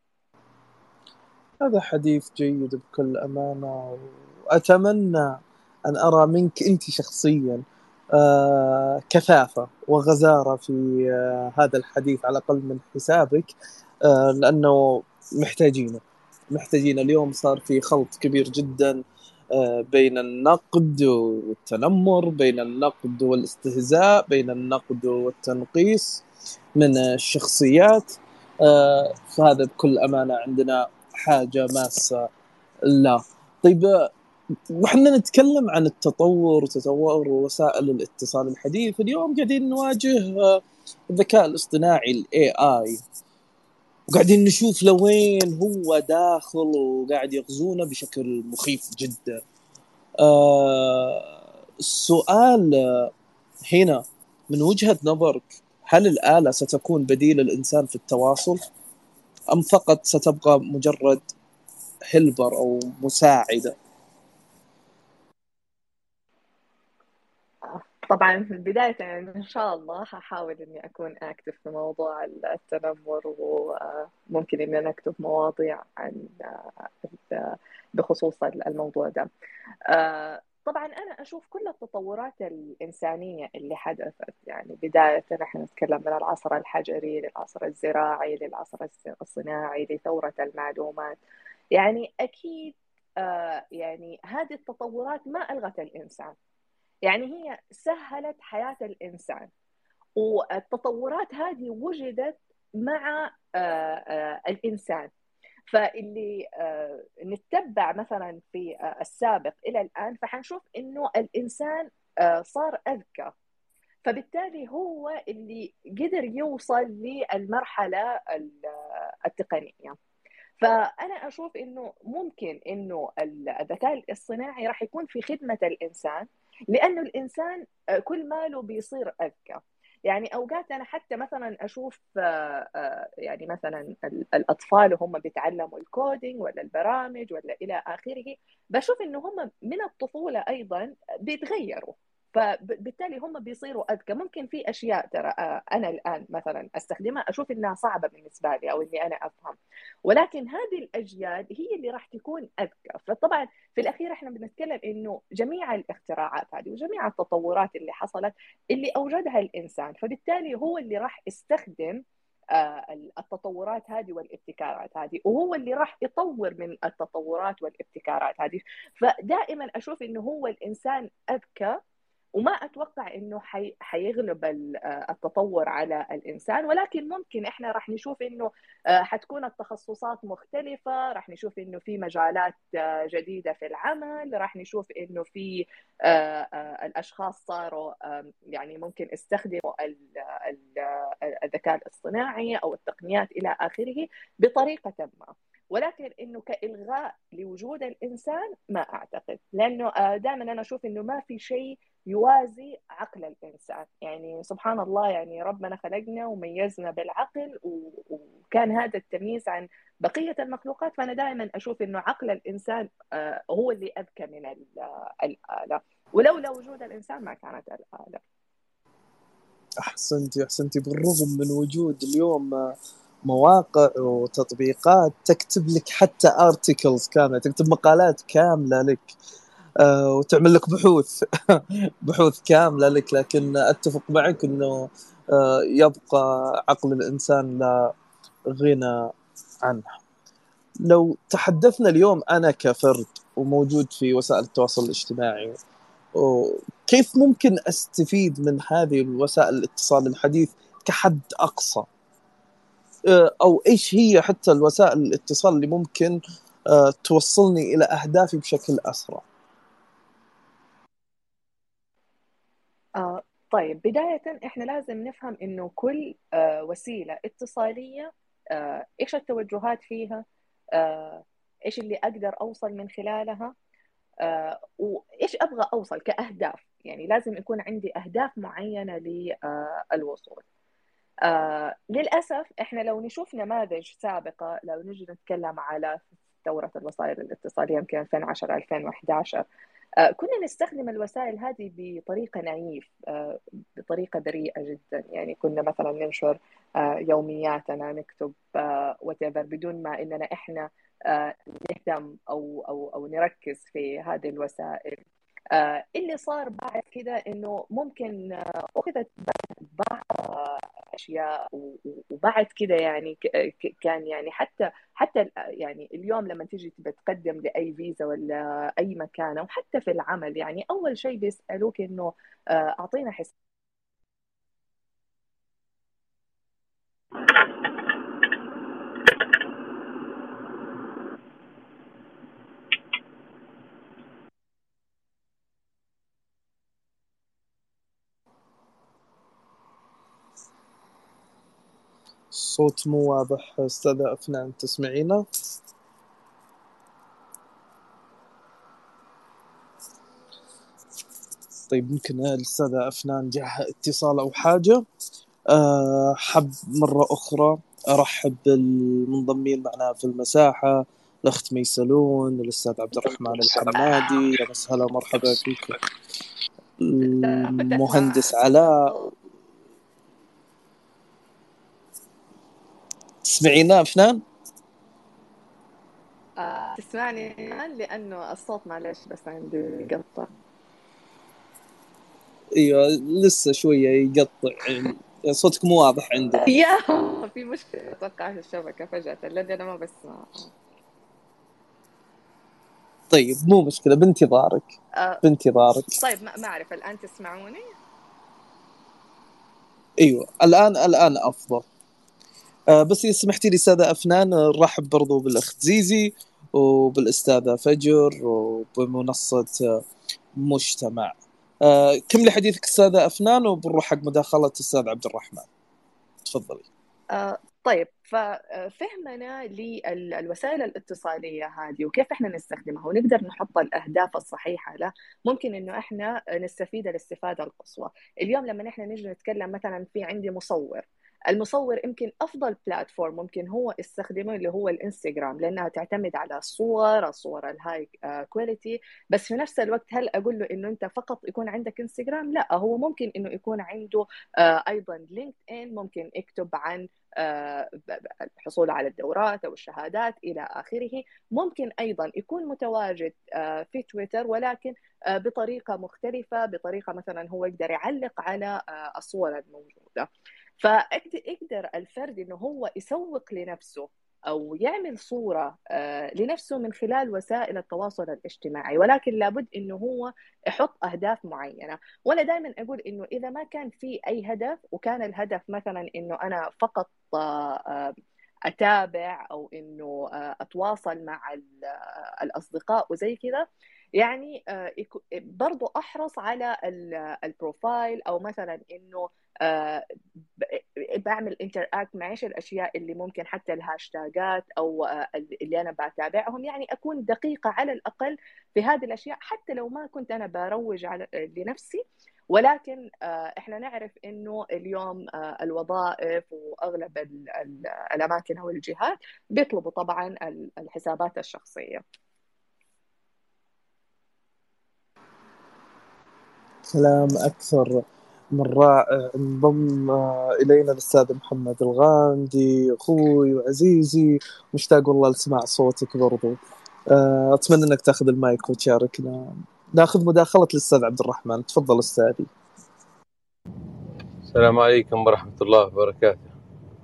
هذا حديث جيد بكل أمانة، وأتمنى أن أرى منك أنت شخصيا آه، كثافة وغزارة في آه، هذا الحديث على الأقل من حسابك، آه، لأنه محتاجينه. محتاجين اليوم، صار في خلط كبير جدا آه، بين النقد والتنمر، بين النقد والاستهزاء، بين النقد والتنقيص من الشخصيات. آه، فهذا بكل أمانة عندنا حاجة ماسة. لا، طيب، وحنا نتكلم عن التطور وتطور وسائل الاتصال الحديث، اليوم قاعدين نواجه آه، الذكاء الاصطناعي ال إيه آي، وقاعدين نشوف لوين هو داخل وقاعد يغزونا بشكل مخيف جدا. آه السؤال هنا من وجهة نظرك، هل الآلة ستكون بديل الإنسان في التواصل، أم فقط ستبقى مجرد هلبر أو مساعدة؟ طبعا في البداية يعني إن شاء الله هحاول إني أكون أكتف في موضوع التنمر، وممكن إني نكتب مواضيع عن بخصوص الموضوع ده. طبعا أنا أشوف كل التطورات الإنسانية اللي حدثت، يعني بداية نحن نتكلم من العصر الحجري للعصر الزراعي للعصر الصناعي لثورة المعلومات، يعني أكيد يعني هذه التطورات ما ألغت الإنسان، يعني هي سهلت حياة الإنسان، والتطورات هذه وجدت مع الإنسان. فاللي نتبع مثلا في السابق إلى الآن فحنشوف إنه الإنسان صار أذكى، فبالتالي هو اللي قدر يوصل للمرحلة التقنية. فأنا أشوف إنه ممكن إنه الذكاء الاصطناعي راح يكون في خدمة الإنسان، لأنه الإنسان كل ماله بيصير أذكى. يعني أوقات أنا حتى مثلا أشوف يعني مثلا الأطفال وهم بيتعلموا الكودينج ولا البرامج ولا إلى آخره، بشوف إنه هم من الطفولة أيضا بيتغيروا، فبالتالي هم بيصيروا أذكى. ممكن في أشياء ترى أنا الآن مثلا أستخدمها أشوف إنها صعبة بالنسبة لي أو إني أنا أفهم، ولكن هذه الأجيال هي اللي راح تكون أذكى. فطبعا في الأخير إحنا بنتكلم إنه جميع الاختراعات هذه وجميع التطورات اللي حصلت اللي أوجدها الإنسان، فبالتالي هو اللي راح يستخدم التطورات هذه والابتكارات هذه، وهو اللي راح يطور من التطورات والابتكارات هذه. فدائما أشوف إنه هو الإنسان أذكى، وما أتوقع إنه حي... حيغلب التطور على الإنسان، ولكن ممكن إحنا راح نشوف إنه حتكون التخصصات مختلفة، راح نشوف إنه في مجالات جديدة في العمل، راح نشوف إنه في الأشخاص صاروا يعني ممكن يستخدموا الذكاء الاصطناعي أو التقنيات إلى آخره بطريقة ما، ولكن إنه كإلغاء لوجود الإنسان ما أعتقد، لأنه دائما أنا أشوف إنه ما في شيء يوازي عقل الإنسان. يعني سبحان الله، يعني ربنا خلقنا وميزنا بالعقل، وكان هذا التمييز عن بقية المخلوقات. فأنا دائما أشوف إنه عقل الإنسان هو اللي أذكى من الآلة، ولولا وجود الإنسان ما كانت الآلة. أحسنتي أحسنتي بالرغم من وجود اليوم مواقع وتطبيقات تكتب لك حتى articles كاملة، تكتب مقالات كاملة لك آه وتعمل لك بحوث بحوث كاملة لك، لكن أتفق معك أنه آه يبقى عقل الإنسان لا غنى عنه. لو تحدثنا اليوم أنا كفرد وموجود في وسائل التواصل الاجتماعي، كيف ممكن أستفيد من هذه الوسائل الاتصال الحديث كحد أقصى، أو إيش هي حتى الوسائل الاتصال اللي ممكن توصلني إلى أهدافي بشكل أسرع؟ آه طيب، بداية إحنا لازم نفهم إنه كل آه وسيلة اتصالية آه إيش التوجهات فيها، آه إيش اللي أقدر أوصل من خلالها، آه وإيش أبغى أوصل كأهداف. يعني لازم يكون عندي أهداف معينة للوصول. آه للأسف إحنا لو نشوف نماذج سابقة، لو نجي نتكلم على ثورة الوسائل الاتصالية يمكن ألفين وعشرة ألفين وإحدى عشر، كنا نستخدم الوسائل هذه بطريقة نايف، بطريقة بريئة جدا. يعني كنا مثلا ننشر يومياتنا، نكتب whatever بدون ما إننا إحنا نهتم أو أو أو نركز في هذه الوسائل. اللي صار بعد كده إنه ممكن أخذت بعض أشياء، وبعد كده يعني كان يعني حتى حتى يعني اليوم لما تيجي تبى تقدم لأي فيزا ولا أي مكان أو حتى في العمل، يعني أول شيء بيسألوك إنه أعطينا حساب. الصوت مو واضح أستاذة أفنان، تسمعينا؟ طيب يمكن الأستاذة أفنان جاها اتصال أو حاجة. أه حب مرة أخرى أرحب بالمنضمين معنا في المساحة، الأخت ميسلون، الأستاذ عبد الرحمن الحمادي، يا مسهلا مرحبا فيكم. المهندس علاء، تسمعينا أفنان؟ آه، تسمعني لأنه الصوت معلش بس عندي يقطع. ايوه لسه شويه يقطع، صوتك مو واضح عندنا. يا في مشكلة أتوقع في الشبكة فجأة، لأني أنا ما بسمع. طيب مو مشكله، بانتظارك آه، بانتظارك. طيب ما أعرف الآن تسمعوني؟ ايوه الان الان افضل. آه بس إذا سمحتي لي استاذه افنان، نرحب برضو بالاخت زيزي وبالاستاذه فجر وبمنصه آه، مجتمع. آه كملي حديثك استاذه افنان وبنروح حق مداخله الاستاذ عبد الرحمن، تفضلي. آه، طيب، ففهمنا للوسائل الاتصالية هذه وكيف احنا نستخدمها ونقدر نحط الأهداف الصحيحة له، ممكن إنه احنا نستفيد الاستفادة القصوى. اليوم لما احنا نيجي نتكلم مثلا في عندي مصور، المصور يمكن افضل بلاتفورم ممكن هو يستخدمه اللي هو الانستغرام، لانها تعتمد على الصور الصور الهاي كواليتي. بس في نفس الوقت هل اقول له انه انت فقط يكون عندك انستغرام؟ لا، هو ممكن انه يكون عنده ايضا لينكد ان، ممكن يكتب عن الحصول على الدورات او الشهادات الى اخره. ممكن ايضا يكون متواجد في تويتر، ولكن بطريقه مختلفه، بطريقه مثلا هو يقدر يعلق على الصور الموجوده. فيقدر الفرد انه هو يسوق لنفسه او يعمل صوره لنفسه من خلال وسائل التواصل الاجتماعي، ولكن لابد انه هو يحط اهداف معينه. وانا دائما اقول انه اذا ما كان في اي هدف، وكان الهدف مثلا انه انا فقط اتابع او انه اتواصل مع الاصدقاء وزي كذا، يعني برضو احرص على البروفايل، او مثلا انه بعمل انتراكت مع ايش الاشياء اللي ممكن، حتى الهاشتاجات او اللي انا بتابعهم، يعني اكون دقيقه على الاقل في هذه الاشياء، حتى لو ما كنت انا بروج على لنفسي. ولكن احنا نعرف انه اليوم الوظائف واغلب الاماكن او الجهات بيطلبوا طبعا الحسابات الشخصيه. كلام أكثر من رائع. انضم إلينا الأستاذ محمد الغامدي، أخوي وعزيزي، مشتاق والله لسماع صوتك برضو. أتمنى أنك تأخذ المايك وتشاركنا. ناخذ مداخلة الأستاذ عبد الرحمن، تفضل أستاذي. السلام عليكم ورحمة الله وبركاته.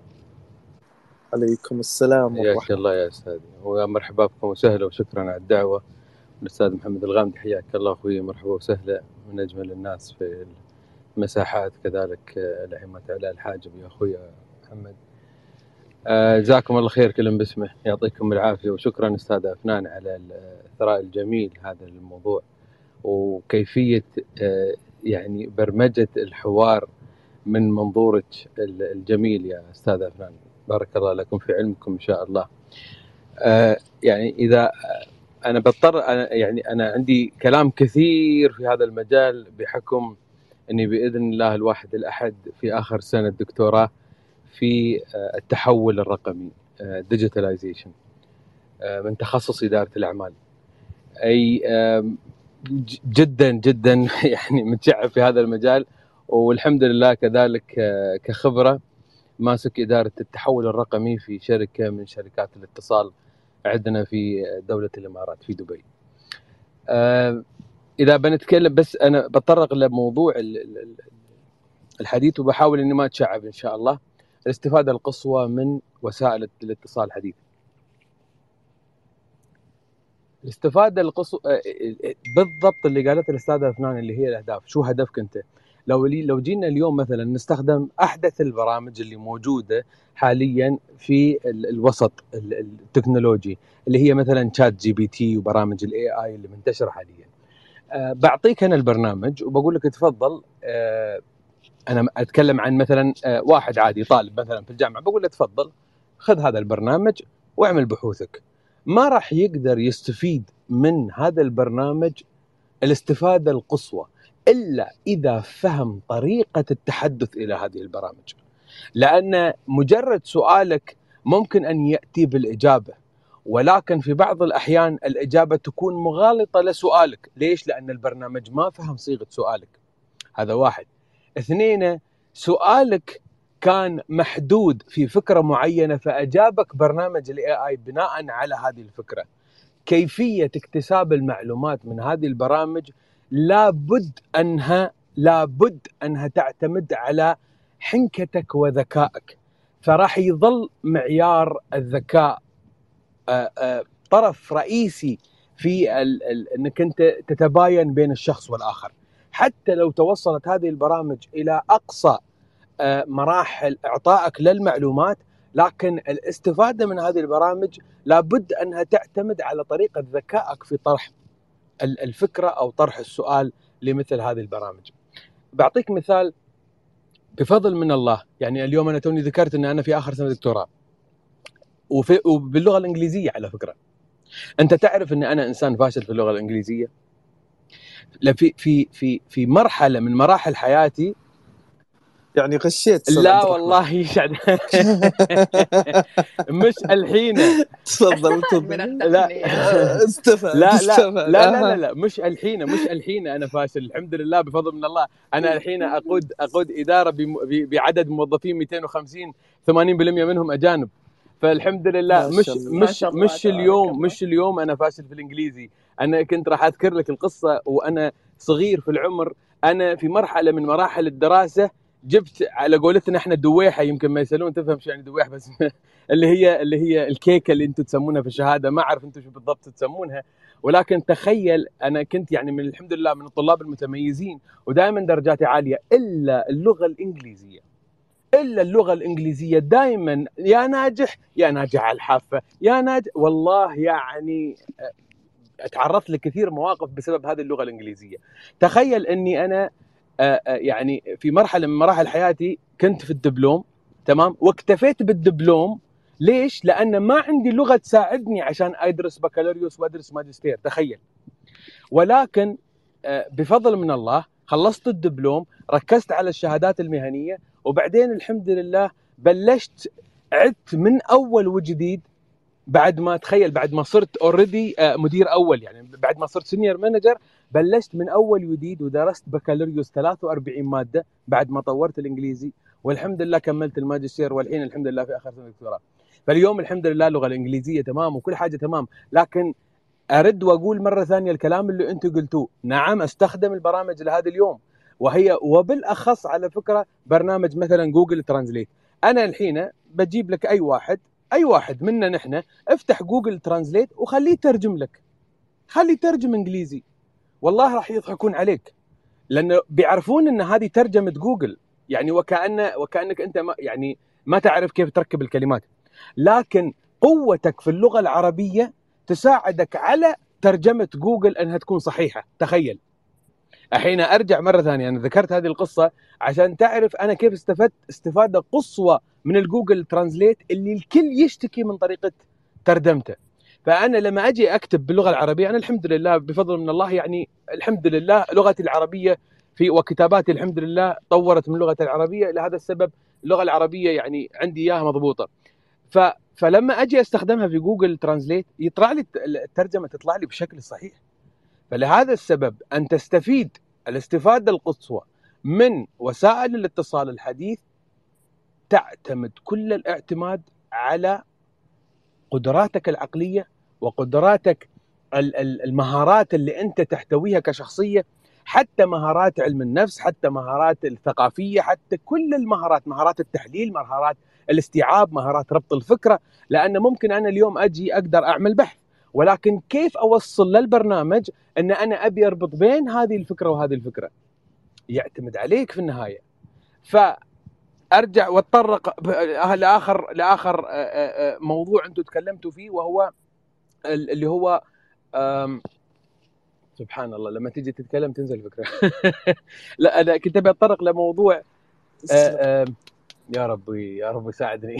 عليكم السلام ورحمة حياك الله يا أستاذي، ويا مرحبا بكم وسهلا، وشكرا على الدعوة. الأستاذ محمد الغامدي حياك الله أخوي، مرحبا وسهلا، من أجمل الناس في المساحات. كذلك الأئمة علاء الحاجب يا أخوي محمد، جزاكم الله خير كلهم باسمه، يعطيكم العافية. وشكرا أستاذ أفنان على الثراء الجميل هذا الموضوع، وكيفية يعني برمجة الحوار من منظورك الجميل يا أستاذ أفنان، بارك الله لكم في علمكم إن شاء الله. آه يعني إذا أنا بضطر أنا يعني أنا عندي كلام كثير في هذا المجال، بحكم أني بإذن الله الواحد الأحد في آخر سنة دكتوراه في آه التحول الرقمي، آه digitalization، آه من تخصص إدارة الأعمال. أي آه جدا جدا يعني متشعب في هذا المجال، والحمد لله كذلك كخبرة ماسك إدارة التحول الرقمي في شركة من شركات الاتصال عندنا في دولة الإمارات في دبي. إذا بنتكلم بس أنا بتطرق لموضوع الحديث وبحاول إني ما أتشعب إن شاء الله. الاستفادة القصوى من وسائل الاتصال الحديثة. الاستفادة القصوى بالضبط اللي قالت الأستاذة أفنان اللي هي الأهداف. شو هدفك أنت؟ لو لو جينا اليوم مثلا نستخدم أحدث البرامج اللي موجودة حاليا في الوسط التكنولوجي اللي هي مثلا شات جي بي تي وبرامج الاي اي اللي منتشرة حاليا. أه بعطيك أنا البرنامج وبقول لك تفضل. أه أنا أتكلم عن مثلا أه واحد عادي طالب مثلا في الجامعة، بقول له تفضل خذ هذا البرنامج واعمل بحوثك. ما راح يقدر يستفيد من هذا البرنامج الاستفادة القصوى إلا إذا فهم طريقة التحدث إلى هذه البرامج، لأن مجرد سؤالك ممكن أن يأتي بالإجابة، ولكن في بعض الأحيان الإجابة تكون مغالطة لسؤالك. ليش؟ لأن البرنامج ما فهم صيغة سؤالك. هذا واحد. اثنين، سؤالك كان محدود في فكرة معينة فأجابك برنامج ال إيه آي بناء على هذه الفكرة. كيفية اكتساب المعلومات من هذه البرامج لابد أنها لابد أنها تعتمد على حنكتك وذكائك، فراح يظل معيار الذكاء آآ آآ طرف رئيسي في ال ال أنك أنت تتباين بين الشخص والآخر. حتى لو توصلت هذه البرامج إلى أقصى مراحل إعطائك للمعلومات، لكن الاستفادة من هذه البرامج لابد أنها تعتمد على طريقة ذكائك في طرح الفكرة أو طرح السؤال لمثل هذه البرامج. بعطيك مثال بفضل من الله. يعني اليوم أنا توني ذكرت أن أنا في آخر سنة دكتوراه وفي وباللغة الإنجليزية. على فكرة أنت تعرف أن أنا إنسان فاشل في اللغة الإنجليزية. في في في في مرحلة من مراحل حياتي يعني غشيت. لا والله يشعد مش الحين. تفضل من لا استفاد لا استفاد. لا لا لا, لا, لا مش الحين مش الحين أنا فاشل. الحمد لله بفضل من الله. أنا الحين أقود أقود إدارة بعدد موظفين مئتين وخمسين، ثمانين بالمئة منهم أجانب. فالحمد لله. مش مش مش اليوم مش اليوم أنا فاشل في الإنجليزي. أنا كنت راح أذكر لك القصة وأنا صغير في العمر. أنا في مرحلة من مراحل الدراسة جبت على قولتنا احنا دويحه، يمكن ما يسالون تفهم شو يعني دويحه، بس اللي هي اللي هي الكيكه اللي انتم تسمونها في الشهاده. ما اعرف انتم شو بالضبط تسمونها، ولكن تخيل انا كنت يعني من الحمد لله من الطلاب المتميزين ودائما درجاتي عاليه، الا اللغه الانجليزيه الا اللغه الانجليزيه دائما يا ناجح يا ناجح على الحافه يا ناجح. والله يعني اتعرضت لكثير مواقف بسبب هذه اللغه الانجليزيه. تخيل اني انا يعني في مرحلة من مراحل حياتي كنت في الدبلوم، تمام، واكتفيت بالدبلوم. ليش؟ لأن ما عندي لغة تساعدني عشان أدرس بكالوريوس وأدرس ماجستير. تخيل. ولكن بفضل من الله خلصت الدبلوم، ركزت على الشهادات المهنية، وبعدين الحمد لله بلشت عدت من أول وجديد. بعد ما تخيل بعد ما صرت اوريدي مدير أول، يعني بعد ما صرت سينيور مانجر، بلشت من أول جديد ودرست بكالوريوس ثلاثة وأربعين مادة بعد ما طورت الإنجليزي، والحمد لله كملت الماجستير، والحين الحمد لله في آخر سنة دكتوراه. فاليوم الحمد لله اللغة الإنجليزية تمام وكل حاجة تمام. لكن أرد وأقول مرة ثانية الكلام اللي أنتم قلتوه. نعم أستخدم البرامج لهذا اليوم، وهي وبالأخص على فكرة برنامج مثلا جوجل ترانزليت. أنا الحين بجيب لك أي واحد أي واحد منا نحن، افتح جوجل ترانزليت وخليه يترجم لك، خليه يترجم إنجليزي، والله راح يضحكون عليك، لأنه بيعرفون أن هذه ترجمة جوجل، يعني وكأن وكأنك أنت ما يعني ما تعرف كيف تركب الكلمات. لكن قوتك في اللغة العربية تساعدك على ترجمة جوجل أنها تكون صحيحة. تخيل. الحين أرجع مرة ثانية، أنا ذكرت هذه القصة عشان تعرف أنا كيف استفدت استفادة قصوى من الجوجل ترانزليت اللي الكل يشتكي من طريقة ترجمته. فأنا لما أجي أكتب باللغة العربية، أنا الحمد لله بفضل من الله يعني الحمد لله لغتي العربية في وكتاباتي الحمد لله طورت من لغتي العربية. لهذا السبب اللغة العربية يعني عندي إياها مضبوطة. ف فلما أجي أستخدمها في جوجل ترانزليت يطلع لي الترجمة تطلع لي بشكل صحيح. فلهذا السبب أن تستفيد الاستفادة القصوى من وسائل الاتصال الحديث تعتمد كل الاعتماد على قدراتك العقلية وقدراتك المهارات اللي أنت تحتويها كشخصية، حتى مهارات علم النفس، حتى مهارات الثقافية، حتى كل المهارات، مهارات التحليل، مهارات الاستيعاب، مهارات ربط الفكرة. لأن ممكن أنا اليوم أجي أقدر أعمل بحث، ولكن كيف أوصل للبرنامج أن أنا أبي أربط بين هذه الفكرة وهذه الفكرة؟ يعتمد عليك في النهاية. فأرجع واتطرق لآخر لآخر موضوع أنتم تكلمتوا فيه، وهو اللي هو سبحان الله لما تيجي تتكلم تنزل فكرة. لا أنا كنت بتطرق لموضوع آآ آآ يا ربي يا ربي ساعدني.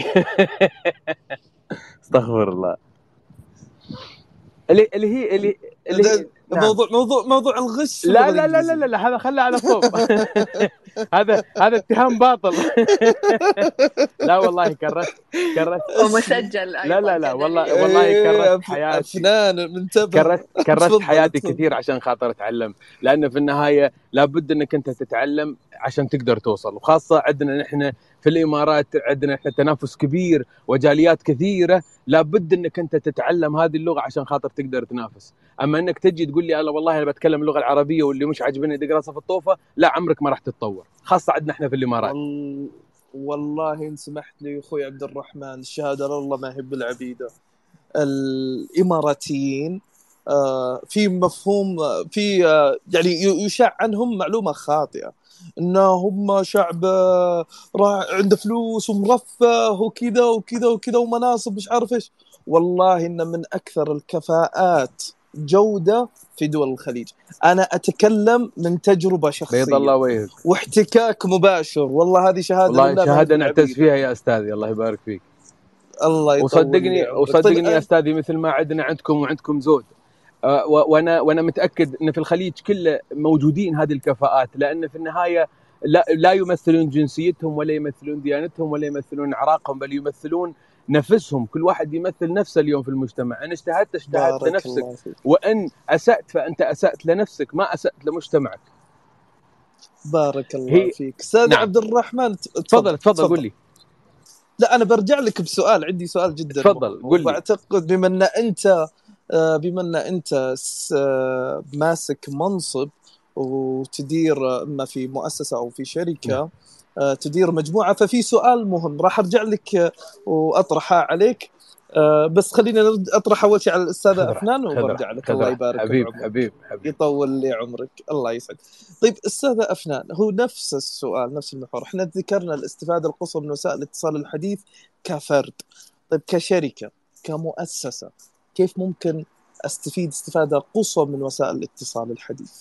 استغفر الله. اللي اللي هي اللي, اللي هي نعم. موضوع موضوع موضوع الغش. لا لا لا لا لا هذا خله على صوب. هذا هذا اتهام باطل. لا والله كرست كرست ومسجل لا لا لا والله والله كرست حياتي. أفنان منتبه. كرست كرست حياتي كثير عشان خاطر اتعلم، لأن في النهاية لابد انك انت تتعلم عشان تقدر توصل. وخاصة عندنا نحن في الإمارات عندنا احنا تنافس كبير وجاليات كثيرة، لابد انك انت تتعلم هذه اللغة عشان خاطر تقدر تنافس. اما انك تجي تقول لي الله والله انا بتكلم اللغة العربية واللي مش عاجبني دق راسه في الطوفة، لا عمرك ما راح تتطور، خاصة عندنا احنا في الإمارات. وال... والله إن سمحت لي أخوي عبد الرحمن، الشهادة لله ما هي بالعبيدة. الإماراتيين آه في مفهوم في آه يعني يشاع عنهم معلومة خاطئة إنه هم شعب آه عنده فلوس ومرفه وكذا وكذا وكذا ومناصب مش عارف إيش. والله إن من أكثر الكفاءات جودة في دول الخليج. أنا أتكلم من تجربة شخصية بيض الله وجهك واحتكاك مباشر. والله هذه شهادة والله شهادة نعتز فيها يا أستاذي، الله يبارك فيك. الله يطول. وصدقني وصدقني طيب يا أستاذي مثل ما عندنا عندكم وعندكم زود. أه وأنا وأنا متأكد أن في الخليج كله موجودين هذه الكفاءات، لأن في النهاية لا لا يمثلون جنسيتهم ولا يمثلون ديانتهم ولا يمثلون عراقهم، بل يمثلون نفسهم. كل واحد يمثل نفسه اليوم في المجتمع. أنا اجتهدت اجتهدت لنفسك، وإن أسأت فأنت أسأت لنفسك ما أسأت لمجتمعك. بارك الله فيك أستاذ نعم. عبد الرحمن تفضل تفضل قول لي. لا أنا برجع لك بسؤال، عندي سؤال جدا تفضل قول لي. وأعتقد بما أن أنت بما أن أنت ماسك منصب وتدير إما في مؤسسة أو في شركة م. تدير مجموعة، ففي سؤال مهم راح أرجع لك وأطرحه عليك. بس خلينا أطرح أول شيء على الأستاذة أفنان وبرجع لك. الله يبارك حبيب حبيب حبيب يطول لي عمرك. الله يسعد. طيب أستاذة أفنان، هو نفس السؤال نفس المحور. إحنا ذكرنا الاستفادة القصوى من وسائل الاتصال الحديث كفرد. طيب كشركة كمؤسسة كيف ممكن أستفيد استفادة قصوى من وسائل الاتصال الحديث؟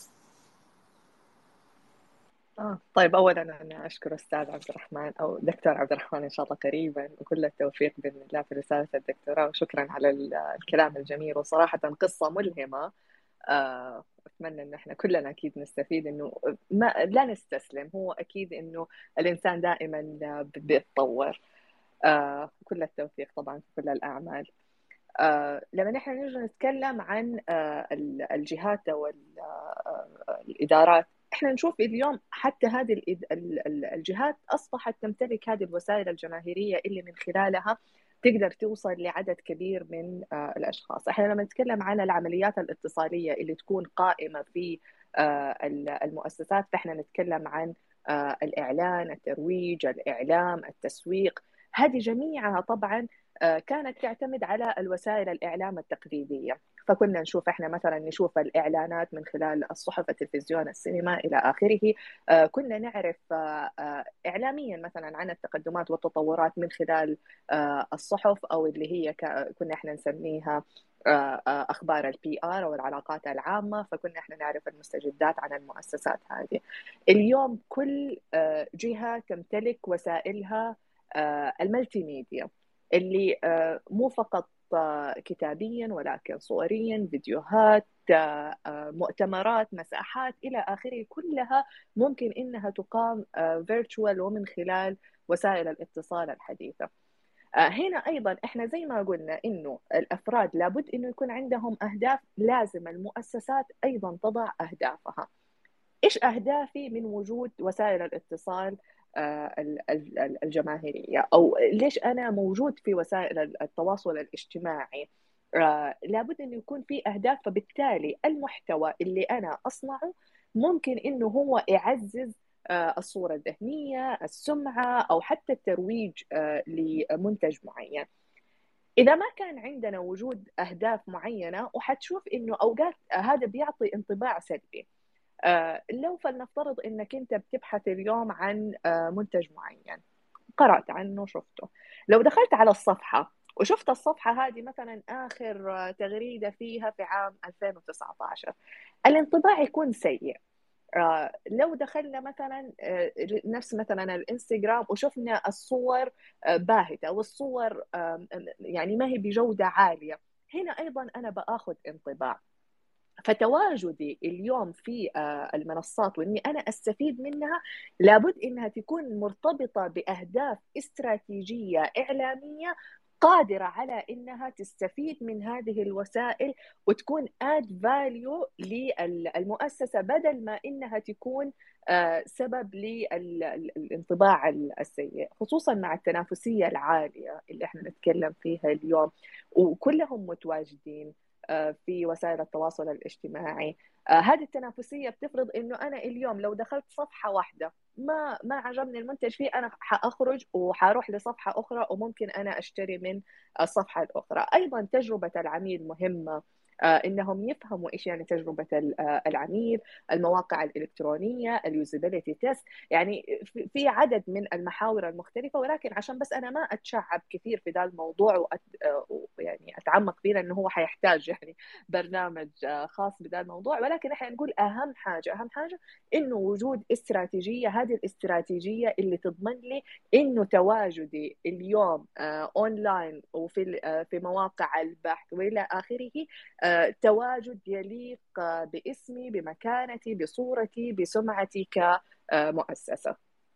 آه طيب أولاً أنا أشكر أستاذ عبد الرحمن أو دكتور عبد الرحمن إن شاء الله قريباً، وكل التوفيق بإذن الله في رسالة الدكتوراه، وشكراً على الكلام الجميل. وصراحة قصة ملهمة. آه أتمنى إن إحنا كلنا أكيد نستفيد، إنه ما لا نستسلم. هو أكيد إنه الإنسان دائماً بيتطور. آه كل التوفيق طبعاً في كل الأعمال. آه لما نحن نيجي نتكلم عن آه الجهات أو الإدارات، احنا نشوف اليوم حتى هذه الجهات أصبحت تمتلك هذه الوسائل الجماهيرية اللي من خلالها تقدر توصل لعدد كبير من الأشخاص. احنا لما نتكلم عن العمليات الاتصالية اللي تكون قائمة في المؤسسات، فاحنا نتكلم عن الإعلان، الترويج، الإعلام، التسويق. هذه جميعها طبعا كانت تعتمد على الوسائل الإعلام التقليدية. فكنا نشوف احنا مثلا نشوف الإعلانات من خلال الصحف، التلفزيون، السينما إلى آخره. آه كنا نعرف آه إعلاميا مثلا عن التقدمات والتطورات من خلال آه الصحف، أو اللي هي كنا احنا نسميها آه أخبار البي آر أو العلاقات العامة. فكنا احنا نعرف المستجدات عن المؤسسات هذه. اليوم كل آه جهة تمتلك وسائلها آه الملتي ميديا، اللي آه مو فقط كتابيا ولكن صوريا، فيديوهات، مؤتمرات، مساحات إلى آخره. كلها ممكن إنها تقام فيرتشوال ومن خلال وسائل الاتصال الحديثة. هنا أيضا إحنا زي ما قلنا إنه الأفراد لابد إنه يكون عندهم أهداف، لازم المؤسسات أيضا تضع أهدافها. إيش أهدافي من وجود وسائل الاتصال الجماهيرية، أو ليش أنا موجود في وسائل التواصل الاجتماعي؟ لابد أن يكون في أهداف، فبالتالي المحتوى اللي أنا أصنعه ممكن إنه هو يعزز الصورة الذهنية، السمعة، أو حتى الترويج لمنتج معين. إذا ما كان عندنا وجود أهداف معينة، وحتشوف إنه أوقات هذا بيعطي انطباع سلبي. لو فلنفترض إنك أنت بتبحث اليوم عن منتج معين، قرأت عنه شفته، لو دخلت على الصفحة وشفت الصفحة هذه مثلا آخر تغريدة فيها في عام ألفين وتسعة عشر، الانطباع يكون سيء. لو دخلنا مثلا نفس مثلا الانستغرام وشفنا الصور باهتة والصور يعني ما هي بجودة عالية، هنا أيضا أنا بأخذ انطباع. فتواجدي اليوم في المنصات وإني أنا أستفيد منها لابد إنها تكون مرتبطة بأهداف استراتيجية إعلامية قادرة على إنها تستفيد من هذه الوسائل وتكون add value للمؤسسة، بدل ما إنها تكون سبب للانطباع السيء، خصوصا مع التنافسية العالية اللي احنا نتكلم فيها اليوم وكلهم متواجدين في وسائل التواصل الاجتماعي. هذه التنافسية بتفرض إنه أنا اليوم لو دخلت صفحة واحدة ما ما عجبني المنتج فيه، أنا حأخرج وحروح لصفحة أخرى وممكن أنا أشتري من الصفحة الأخرى. أيضا تجربة العميل مهمة، إنهم يفهموا إيش يعني تجربة العميل، المواقع الإلكترونية، اليوزابيليتي تيست، يعني في عدد من المحاور المختلفة. ولكن عشان بس أنا ما أتشعب كثير في ذا الموضوع وأت... يعني أتعمق فيه، لأنه هو حيحتاج يعني برنامج خاص بذا الموضوع. ولكن إحنا نقول أهم حاجة أهم حاجة إنه وجود استراتيجية، هذه الاستراتيجية اللي تضمن لي إنه تواجدي اليوم أونلاين وفي في مواقع البحث وإلى آخره تواجد يليق باسمي، بمكانتي، بصورتي، بسمعتي كمؤسسة.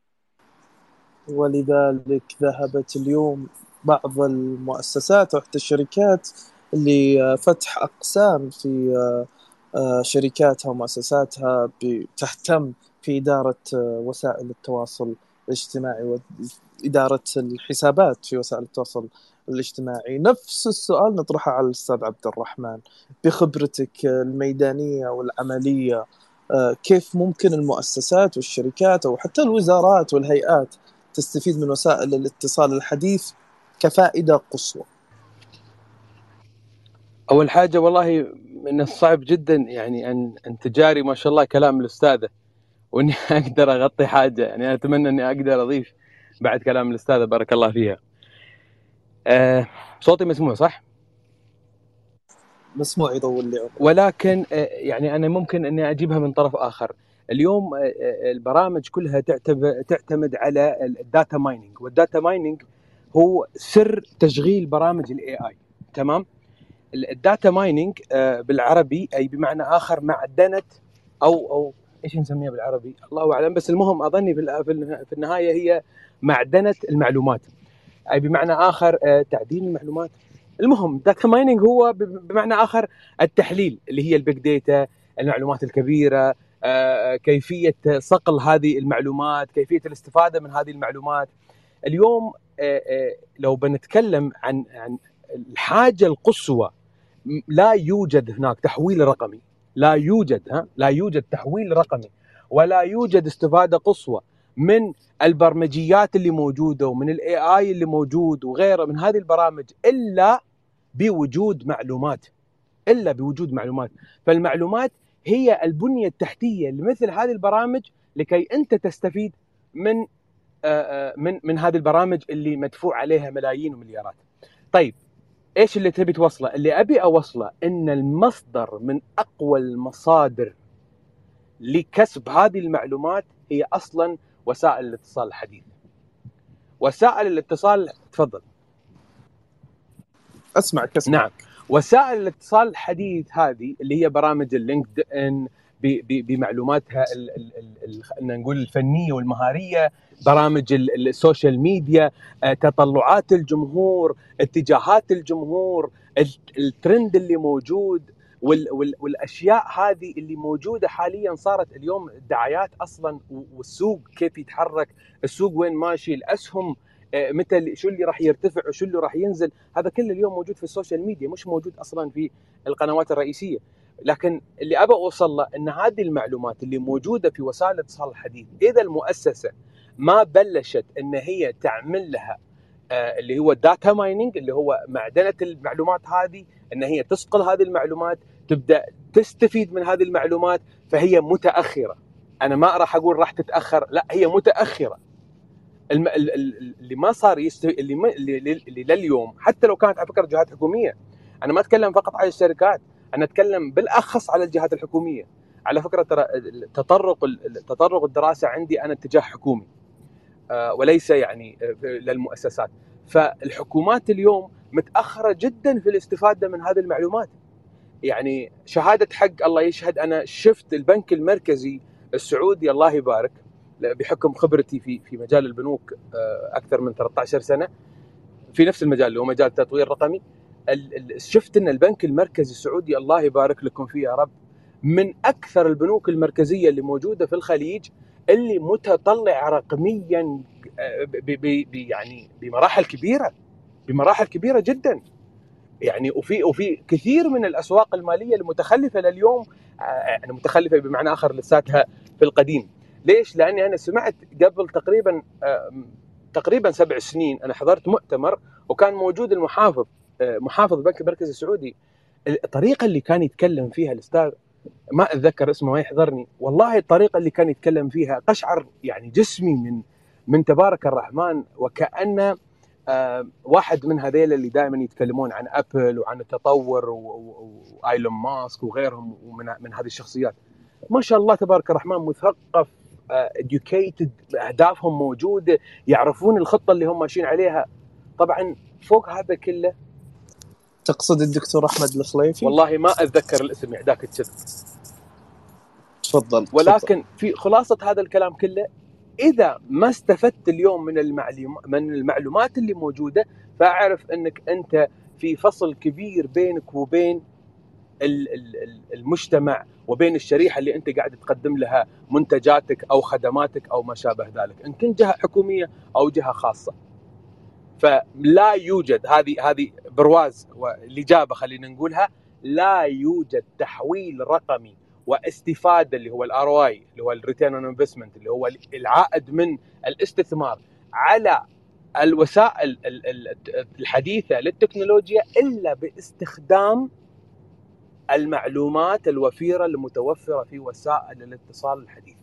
ولذلك ذهبت اليوم بعض المؤسسات وحتى الشركات لفتح أقسام في شركاتها ومؤسساتها تهتم في إدارة وسائل التواصل الاجتماعي وإدارة الحسابات في وسائل التواصل الاجتماعي. نفس السؤال نطرحه على الأستاذ عبد الرحمن، بخبرتك الميدانية والعملية، كيف ممكن المؤسسات والشركات أو حتى الوزارات والهيئات تستفيد من وسائل الاتصال الحديث كفائدة قصوى؟ أول حاجة والله من الصعب جدا يعني أن أن تجاري ما شاء الله كلام الأستاذة وإني أقدر أغطي حاجة، يعني أنا أتمنى إني أقدر أضيف بعد كلام الأستاذة بارك الله فيها. أه صوتي مسموع صح؟ مسموع يطول لي. ولكن أه يعني أنا ممكن إني أجيبها من طرف آخر. اليوم أه البرامج كلها تعتمد على الداتا مايننج، والداتا مايننج هو سر تشغيل برامج الاي اي. تمام؟ الداتا مايننج أه بالعربي أي بمعنى آخر معدنة أو أو إيش نسميها بالعربي الله أعلم، بس المهم أظني في النهاية هي معدنة المعلومات، أي بمعنى آخر أه تعدين المعلومات. المهم داتا مايننج هو بمعنى آخر التحليل اللي هي البيج داتا، المعلومات الكبيرة، أه كيفية صقل هذه المعلومات، كيفية الاستفادة من هذه المعلومات. اليوم أه أه لو بنتكلم عن عن الحاجة القصوى، لا يوجد هناك تحويل رقمي، لا يوجد ها لا يوجد تحويل رقمي، ولا يوجد استفادة قصوى من البرمجيات اللي موجودة ومن الاي اي اللي موجود وغيره من هذه البرامج إلا بوجود معلومات، إلا بوجود معلومات. فالمعلومات هي البنية التحتية لمثل هذه البرامج لكي أنت تستفيد من من من هذه البرامج اللي مدفوع عليها ملايين ومليارات. طيب إيش اللي تبي توصله؟ اللي أبي أوصله إن المصدر من أقوى المصادر لكسب هذه المعلومات هي أصلاً وسائل الاتصال الحديث. وسائل الاتصال تفضل أسمعك أسمعك. نعم، وسائل الاتصال الحديث هذه اللي هي برامج اللينكد إن، بمعلوماتها نقول الفنيه والمهاريه، برامج السوشيال ميديا، تطلعات الجمهور، اتجاهات الجمهور، الترند اللي موجود، والاشياء هذه اللي موجوده حاليا. صارت اليوم الدعايات اصلا، والسوق كيف يتحرك، السوق وين ماشي، الاسهم متى، شو اللي راح يرتفع وشو اللي راح ينزل، هذا كله اليوم موجود في السوشيال ميديا، مش موجود اصلا في القنوات الرئيسيه. لكن اللي ابى اوصل له ان هذه المعلومات اللي موجوده في وسائل الاتصال الحديث، اذا المؤسسه ما بلشت ان هي تعمل لها آه اللي هو الداتا مايننج، اللي هو معدنه المعلومات هذه، ان هي تسقل هذه المعلومات، تبدا تستفيد من هذه المعلومات، فهي متاخره. انا ما راح اقول راح تتاخر، لا، هي متاخره. الم... اللي ما صار يست... اللي, ما... اللي اللي لليوم، حتى لو كانت على فكره جهات حكوميه، انا ما اتكلم فقط على الشركات، انا اتكلم بالاخص على الجهات الحكوميه. على فكره ترى تطرق تطرق الدراسه عندي انا اتجاه حكومي، آه وليس يعني للمؤسسات. فالحكومات اليوم متاخره جدا في الاستفاده من هذه المعلومات. يعني شهاده حق الله يشهد، انا شفت البنك المركزي السعودي الله يبارك، بحكم خبرتي في في مجال البنوك اكثر من ثلاثة عشر سنه في نفس المجال اللي هو مجال التطوير الرقمي، شفت ان البنك المركزي السعودي الله يبارك لكم فيه يا رب، من اكثر البنوك المركزيه اللي موجوده في الخليج، اللي متطلع رقميا يعني بمراحل كبيره، بمراحل كبيره جدا. يعني وفي وفي كثير من الاسواق الماليه المتخلفه لليوم، يعني متخلفه بمعنى اخر لساتها في القديم. ليش؟ لاني انا سمعت قبل تقريبا تقريبا سبع سنين انا حضرت مؤتمر، وكان موجود المحافظ محافظ البنك المركزي السعودي. الطريقه اللي كان يتكلم فيها الاستاذ، ما اتذكر اسمه ما يحضرني والله، الطريقه اللي كان يتكلم فيها قشعر يعني جسمي من من تبارك الرحمن، وكأنه آه واحد من هذيل اللي دائما يتكلمون عن ابل وعن التطور وايلون ماسك وغيرهم، ومن من هذه الشخصيات ما شاء الله تبارك الرحمن، مثقف، educated، اهدافهم موجوده، يعرفون الخطه اللي هم ماشيين عليها. طبعا فوق هذا كله، تقصد الدكتور احمد الخليفي؟ والله ما اتذكر الاسم يعداك الكذب. تفضل. ولكن في خلاصه هذا الكلام كله، اذا ما استفدت اليوم من المعلومات من المعلومات اللي موجوده، فاعرف انك انت في فصل كبير بينك وبين المجتمع، وبين الشريحه اللي انت قاعد تقدم لها منتجاتك او خدماتك او ما شابه ذلك، ان كنت جهه حكوميه او جهه خاصه. فلا يوجد، هذه هذه برواز والاجابه خلينا نقولها، لا يوجد تحويل رقمي واستفاده اللي هو الار او اي، اللي هو الريتيرن اون انفستمنت، اللي هو العائد من الاستثمار على الوسائل الحديثه للتكنولوجيا، الا باستخدام المعلومات الوفيره المتوفره في وسائل الاتصال الحديث.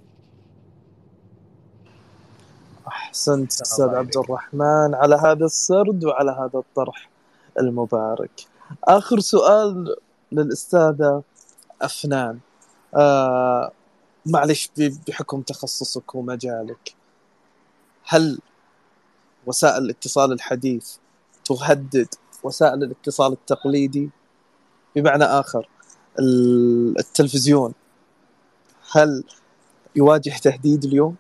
احسنت استاذ عبد الرحمن على هذا السرد وعلى هذا الطرح المبارك. اخر سؤال للاستاذه أفنان، آه معلش بحكم تخصصك ومجالك، هل وسائل الاتصال الحديث تهدد وسائل الاتصال التقليدي؟ بمعنى آخر، التلفزيون هل يواجه تهديد اليوم؟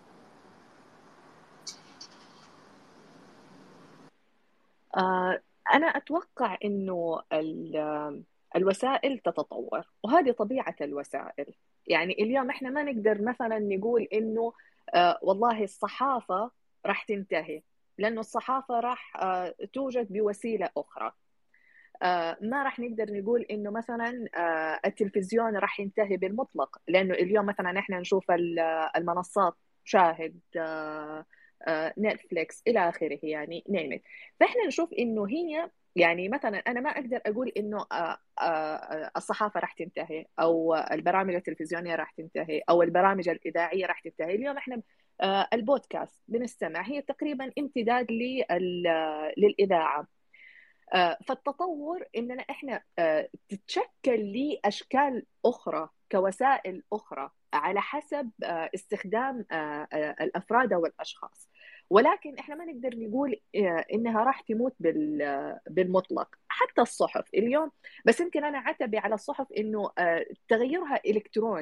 آه أنا أتوقع إنه الوسائل تتطور، وهذه طبيعة الوسائل. يعني اليوم إحنا ما نقدر مثلا نقول إنه آه والله الصحافة راح تنتهي، لأنه الصحافة راح آه توجد بوسيلة أخرى. آه ما راح نقدر نقول إنه مثلا آه التلفزيون راح ينتهي بالمطلق، لأنه اليوم مثلا إحنا نشوف المنصات، شاهد، آه آه نتفليكس إلى آخره، يعني نيمت. فإحنا نشوف إنه هي يعني مثلا أنا ما أقدر أقول إنه آه آه الصحافة راح تنتهي، أو البرامج التلفزيونية راح تنتهي، أو البرامج الإذاعية راح تنتهي. اليوم إحنا آه البودكاست بنستمع، هي تقريبا امتداد للإذاعة. فالتطور إننا إحنا تتشكل لأشكال أخرى كوسائل أخرى على حسب استخدام الأفراد والأشخاص، ولكن إحنا ما نقدر نقول إنها راح تموت بالمطلق. حتى الصحف اليوم، بس يمكن أنا عتبي على الصحف إنه تغيرها إلكتروني،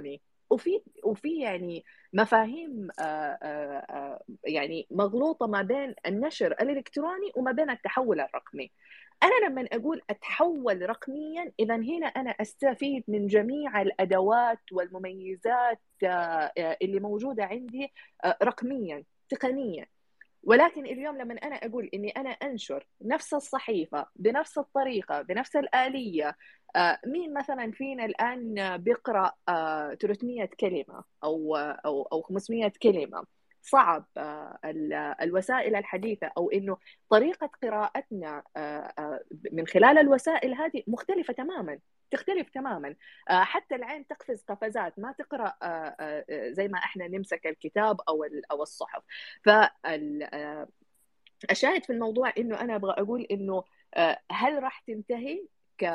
وفي وفي يعني مفاهيم يعني مغلوطة ما بين النشر الإلكتروني وما بين التحول الرقمي. أنا لما أقول أتحول رقميا، إذا هنا أنا أستفيد من جميع الأدوات والمميزات اللي موجودة عندي رقميا تقنيا. ولكن اليوم لما أنا أقول إني أنا أنشر نفس الصحيفة بنفس الطريقة بنفس الآلية، مين مثلا فينا الآن بيقرأ ثلاثمئة كلمة أو أو أو خمسمئة كلمة؟ صعب. الوسائل الحديثة أو إنه طريقة قراءتنا من خلال الوسائل هذه مختلفة تماما، تختلف تماما. حتى العين تقفز قفزات، ما تقرأ زي ما احنا نمسك الكتاب أو أو الصحف. فالشاهد في الموضوع إنه أنا أبغى أقول إنه هل راح تنتهي ك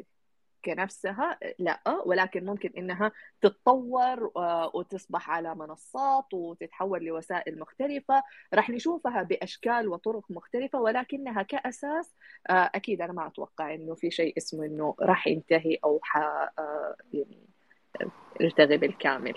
كنفسها؟ لا، ولكن ممكن إنها تتطور وتصبح على منصات وتتحول لوسائل مختلفة، راح نشوفها بأشكال وطرق مختلفة، ولكنها كأساس أكيد أنا ما أتوقع إنه في شيء اسمه إنه راح ينتهي أو ح يعني يلتغي بالكامل.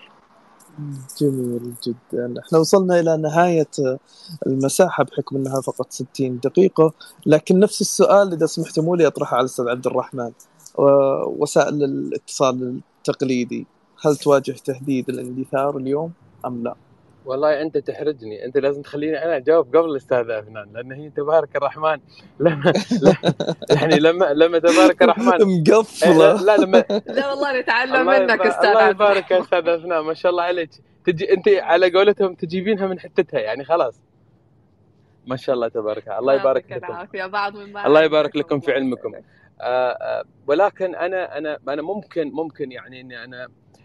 جميل جدا. احنا وصلنا إلى نهاية المساحة بحكم أنها فقط ستين دقيقة، لكن نفس السؤال إذا سمحتموا لي أطرحه على الأستاذ عبد الرحمن. وسائل الاتصال التقليدي هل تواجه تهديد الاندثار اليوم أم لا؟ والله أنت تحرجني، أنت لازم تخليني أنا أجاوب قبل الأستاذ أفنان، لأن هي تبارك الرحمن لما يعني لما لما تبارك الرحمن مقفلة. لا لما لا والله نتعلم الله منك يبارك أستاذ الله عبد يبارك يا أستاذ أفنان، ما شاء الله عليك، تجي أنت على قولتهم تجيبينها من حتتها يعني خلاص، ما شاء الله تبارك الله. الله يبارك لكم، بعض من الله يبارك لكم في علمكم. آآ آآ ولكن أنا أنا أنا ممكن ممكن يعني إني أنا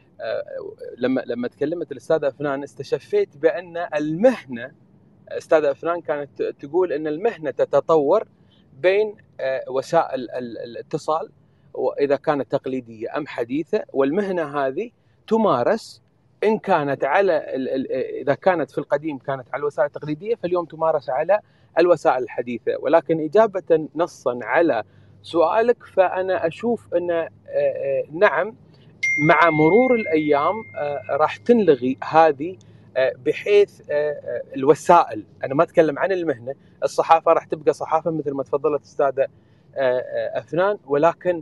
لما لما تكلمت الأستاذة أفنان استشفيت بأن المهنة، أستاذة أفنان كانت تقول أن المهنة تتطور بين وسائل الاتصال وإذا كانت تقليدية أم حديثة، والمهنة هذه تمارس إن كانت على إذا كانت في القديم كانت على الوسائل التقليدية، فاليوم تمارس على الوسائل الحديثة. ولكن إجابة نصا على سؤالك، فأنا أشوف أن نعم مع مرور الأيام راح تنلغي هذه، بحيث الوسائل، أنا ما أتكلم عن المهنة، الصحافة راح تبقى صحافة مثل ما تفضلت أستاذة أفنان، ولكن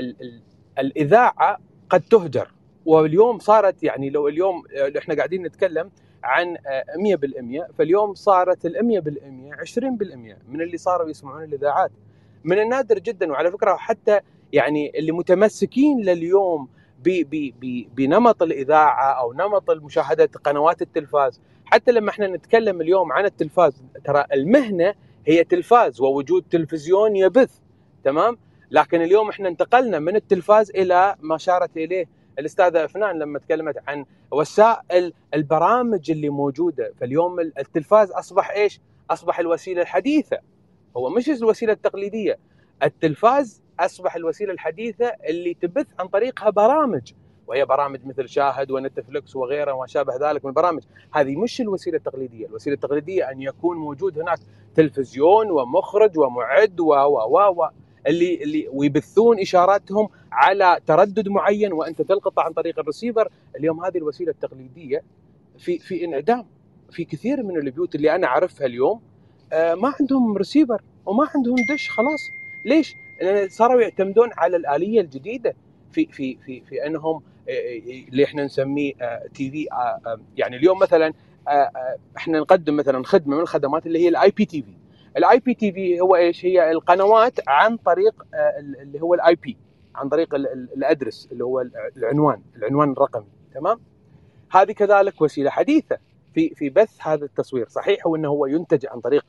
الإذاعة قد تهجر. واليوم صارت يعني لو اليوم إحنا قاعدين نتكلم عن مية بالمية، فاليوم صارت المية بالمية عشرين بالمية من اللي صاروا يسمعون الإذاعات. من النادر جدا، وعلى فكرة حتى يعني اللي متمسكين لليوم بنمط الإذاعة أو نمط المشاهدة قنوات التلفاز، حتى لما احنا نتكلم اليوم عن التلفاز، ترى المهنة هي تلفاز ووجود تلفزيون يبث، تمام؟ لكن اليوم احنا انتقلنا من التلفاز إلى ما شارت إليه الأستاذة أفنان لما تكلمت عن وسائل البرامج اللي موجودة. فاليوم التلفاز أصبح إيش؟ أصبح الوسيلة الحديثة، هو مش الوسيلة التقليدية. التلفاز أصبح الوسيلة الحديثة اللي تبث عن طريقها برامج، وهي برامج مثل شاهد ونتفليكس وغيرها وما شابه ذلك من البرامج. هذه مش الوسيلة التقليدية. الوسيلة التقليدية أن يكون موجود هناك تلفزيون ومخرج ومعد و و و اللي اللي ويبثون إشاراتهم على تردد معين وأنت تلقطه عن طريق الرسيفر. اليوم هذه الوسيلة التقليدية في في انعدام. في كثير من البيوت اللي أنا أعرفها اليوم ما عندهم رسيفر وما عندهم دش، خلاص. ليش؟ لأن صاروا يعتمدون على الآلية الجديدة في في في في أنهم اللي احنا نسميه تي في. يعني اليوم مثلا احنا نقدم مثلا خدمة من الخدمات اللي هي الاي بي تي في. الاي بي تي في هو ايش؟ هي القنوات عن طريق اللي هو الاي بي، عن طريق الادرس اللي هو العنوان العنوان الرقمي، تمام؟ هذه كذلك وسيلة حديثة في في بث هذا التصوير. صحيح هو انه هو ينتج عن طريق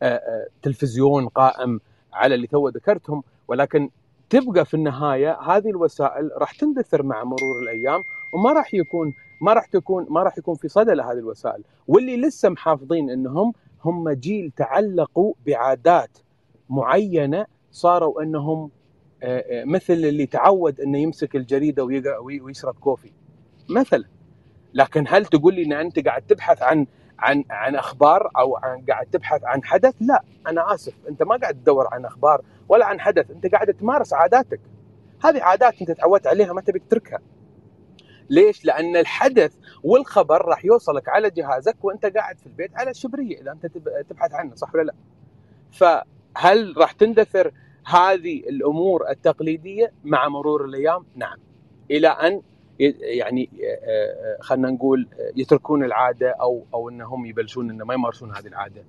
تلفزيون قائم على اللي تو ذكرتهم، ولكن تبقى في النهاية هذه الوسائل راح تندثر مع مرور الأيام، وما راح يكون ما راح تكون ما راح يكون في صدى لهذه الوسائل. واللي لسه محافظين انهم هم جيل تعلقوا بعادات معينة، صاروا انهم مثل اللي تعود انه يمسك الجريدة ويشرب كوفي مثلا. لكن هل تقول لي ان انت قاعد تبحث عن عن عن اخبار او عن قاعد تبحث عن حدث؟ لا، انا اسف، انت ما قاعد تدور عن اخبار ولا عن حدث، انت قاعد تمارس عاداتك. هذه عادات انت تعودت عليها ما تبي تتركها. ليش؟ لأن الحدث والخبر راح يوصلك على جهازك وأنت قاعد في البيت على الشبرية إذا أنت تبحث عنه، صح ولا لا؟ فهل راح تندثر هذه الأمور التقليدية مع مرور الأيام؟ نعم، إلى أن يعني خلنا نقول يتركون العادة أو أو أنهم يبلشون أن ما يمارسون هذه العادة.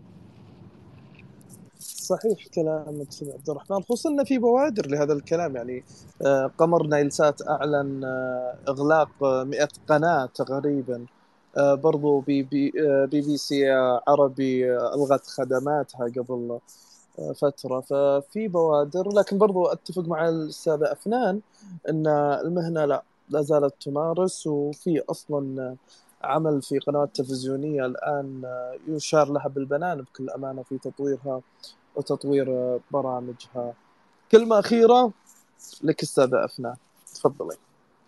صحيح كلامك سيد عبد الرحمن، خصوصا أن في بوادر لهذا الكلام. يعني قمر نايلسات أعلن إغلاق مئة قناة تقريبا، برضو بي بي, بي بي سي عربي ألغت خدماتها قبل فترة. ففي بوادر، لكن برضو أتفق مع الأستاذة أفنان أن المهنة لا لا زالت تمارس، وفي أصلا عمل في قنوات تلفزيونية الآن يشار لها بالبنان بكل أمانة في تطويرها وتطوير برامجها. كلمة أخيرة لك أستاذة أفنان، تفضلي.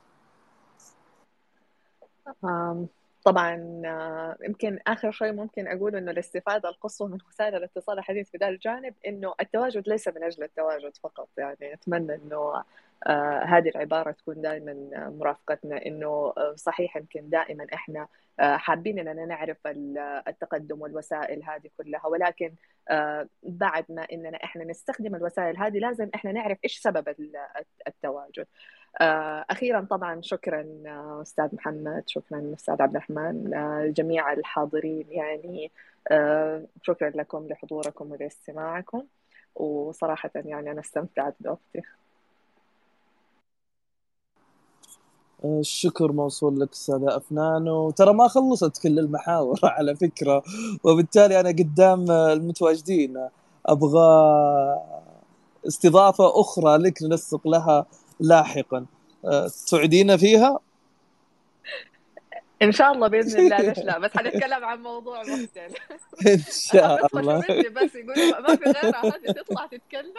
طبعا يمكن آخر شيء ممكن أقول إنه الاستفادة القصوى من وسائل الاتصال الحديث في ذا الجانب إنه التواجد ليس من أجل التواجد فقط. يعني أتمنى إنه آه هذه العبارة تكون دائما مرافقتنا، إنه صحيح يمكن دائما إحنا آه حابين إننا نعرف التقدم والوسائل هذه كلها، ولكن آه بعد ما إننا إحنا نستخدم الوسائل هذه لازم إحنا نعرف إيش سبب التواجد. أخيرا طبعا شكرا أستاذ محمد، شكرا أستاذ عبد الرحمن، جميع الحاضرين يعني شكرا لكم لحضوركم ولاستماعكم، وصراحة يعني أنا استمتعت بوقتي. الشكر موصول لك أستاذة أفنان، وترى ما خلصت كل المحاور على فكرة، وبالتالي أنا قدام المتواجدين أبغى استضافة أخرى لك ننسق لها لاحقا، تعدينا فيها إن شاء الله بإذن الله. ليش لا؟ بس حنتكلم عن موضوع مختلف إن شاء الله. بس يقولوا ما في غيرها هذه تطلع تتكلم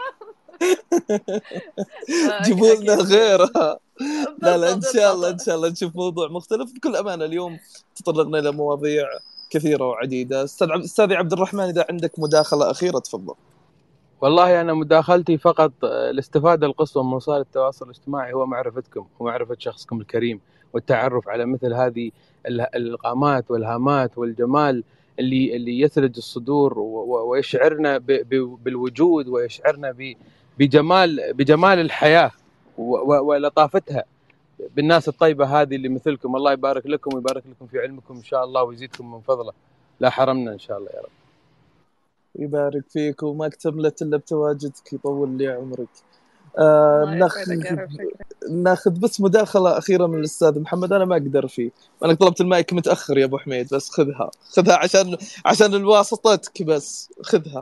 جيبوا لنا غيرها. لا لا إن شاء الله إن شاء الله نشوف موضوع مختلف بكل أمانة. اليوم تطرقنا إلى مواضيع كثيرة وعديدة. أستاذ أستاذ عبد الرحمن، إذا عندك مداخلة أخيرة تفضل. والله أنا مداخلتي فقط الاستفادة القصوى من وسائل التواصل الاجتماعي هو معرفتكم ومعرفة شخصكم الكريم، والتعرف على مثل هذه القامات والهامات والجمال اللي اللي يثلج الصدور ويشعرنا بالوجود ويشعرنا بجمال بجمال الحياة ولطافتها بالناس الطيبة هذه اللي مثلكم. الله يبارك لكم ويبارك لكم في علمكم إن شاء الله ويزيدكم من فضله، لا حرمنا إن شاء الله يا رب. يبارك فيك وما اكتملت إلا بتواجدك، يطول لي عمرك. آه ناخذ ناخذ بس مداخلة أخيرة من الأستاذ محمد. أنا ما أقدر فيه، أنا طلبت المايك متأخر يا أبو حميد، بس خذها خذها عشان عشان الواسطتك، بس خذها.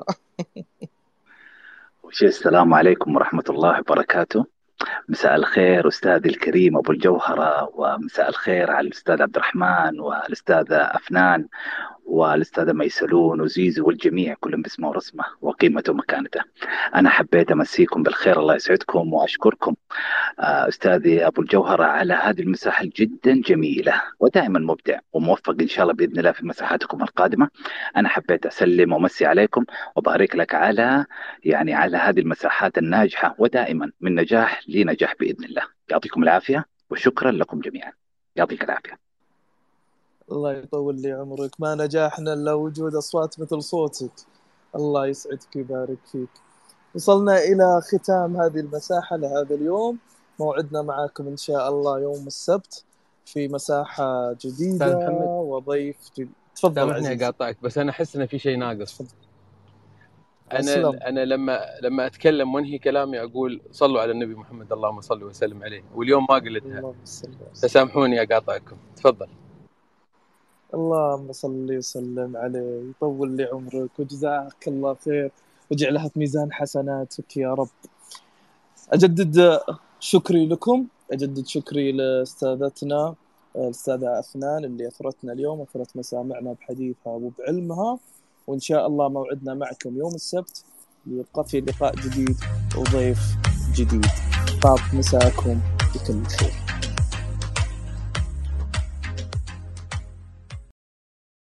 السلام عليكم ورحمة الله وبركاته. مساء الخير أستاذي الكريم أبو الجوهرة، ومساء الخير على الأستاذ عبد الرحمن والأستاذة أفنان والأستاذة ميسلون وزيزو والجميع كلهم باسمه ورسمه وقيمته ومكانته. أنا حبيت أمسيكم بالخير، الله يسعدكم، وأشكركم أستاذي أبو الجوهرة على هذه المساحة جدا جميلة، ودائما مبدع وموفق إن شاء الله بإذن الله في مساحاتكم القادمة. أنا حبيت أسلم ومسي عليكم وبارك لك على يعني على هذه المساحات الناجحة، ودائما من نجاح لنجاح بإذن الله. يعطيكم العافية وشكرا لكم جميعا. يعطيك العافية. الله يطول لي عمرك. ما نجاحنا إلا وجود أصوات مثل صوتك. الله يسعدك ويبارك فيك. وصلنا إلى ختام هذه المساحة لهذا اليوم. موعدنا معكم إن شاء الله يوم السبت في مساحة جديدة وضيف جديد. تفضل عزيزي. سامحني أقاطعك، بس أنا أحس إن في شيء ناقص. أنا أسلم. أنا لما لما أتكلم وانهي كلامي أقول صلوا على النبي محمد اللهم صل وسلم عليه، واليوم ما قلتها، فسامحوني أقاطعكم. تفضل. اللهم صل وسلم عليه، يطول لي عمرك وجزاك الله خير وجعلها في ميزان حسناتك يا رب. أجدد شكري لكم، أجدد شكري لأستاذتنا الأستاذة أفنان اللي أثرتنا اليوم، أثرت مسامعنا بحديثها وبعلمها. وإن شاء الله موعدنا معكم يوم السبت ليبقى في لقاء جديد وضيف جديد. طاب مساكم بكل خير.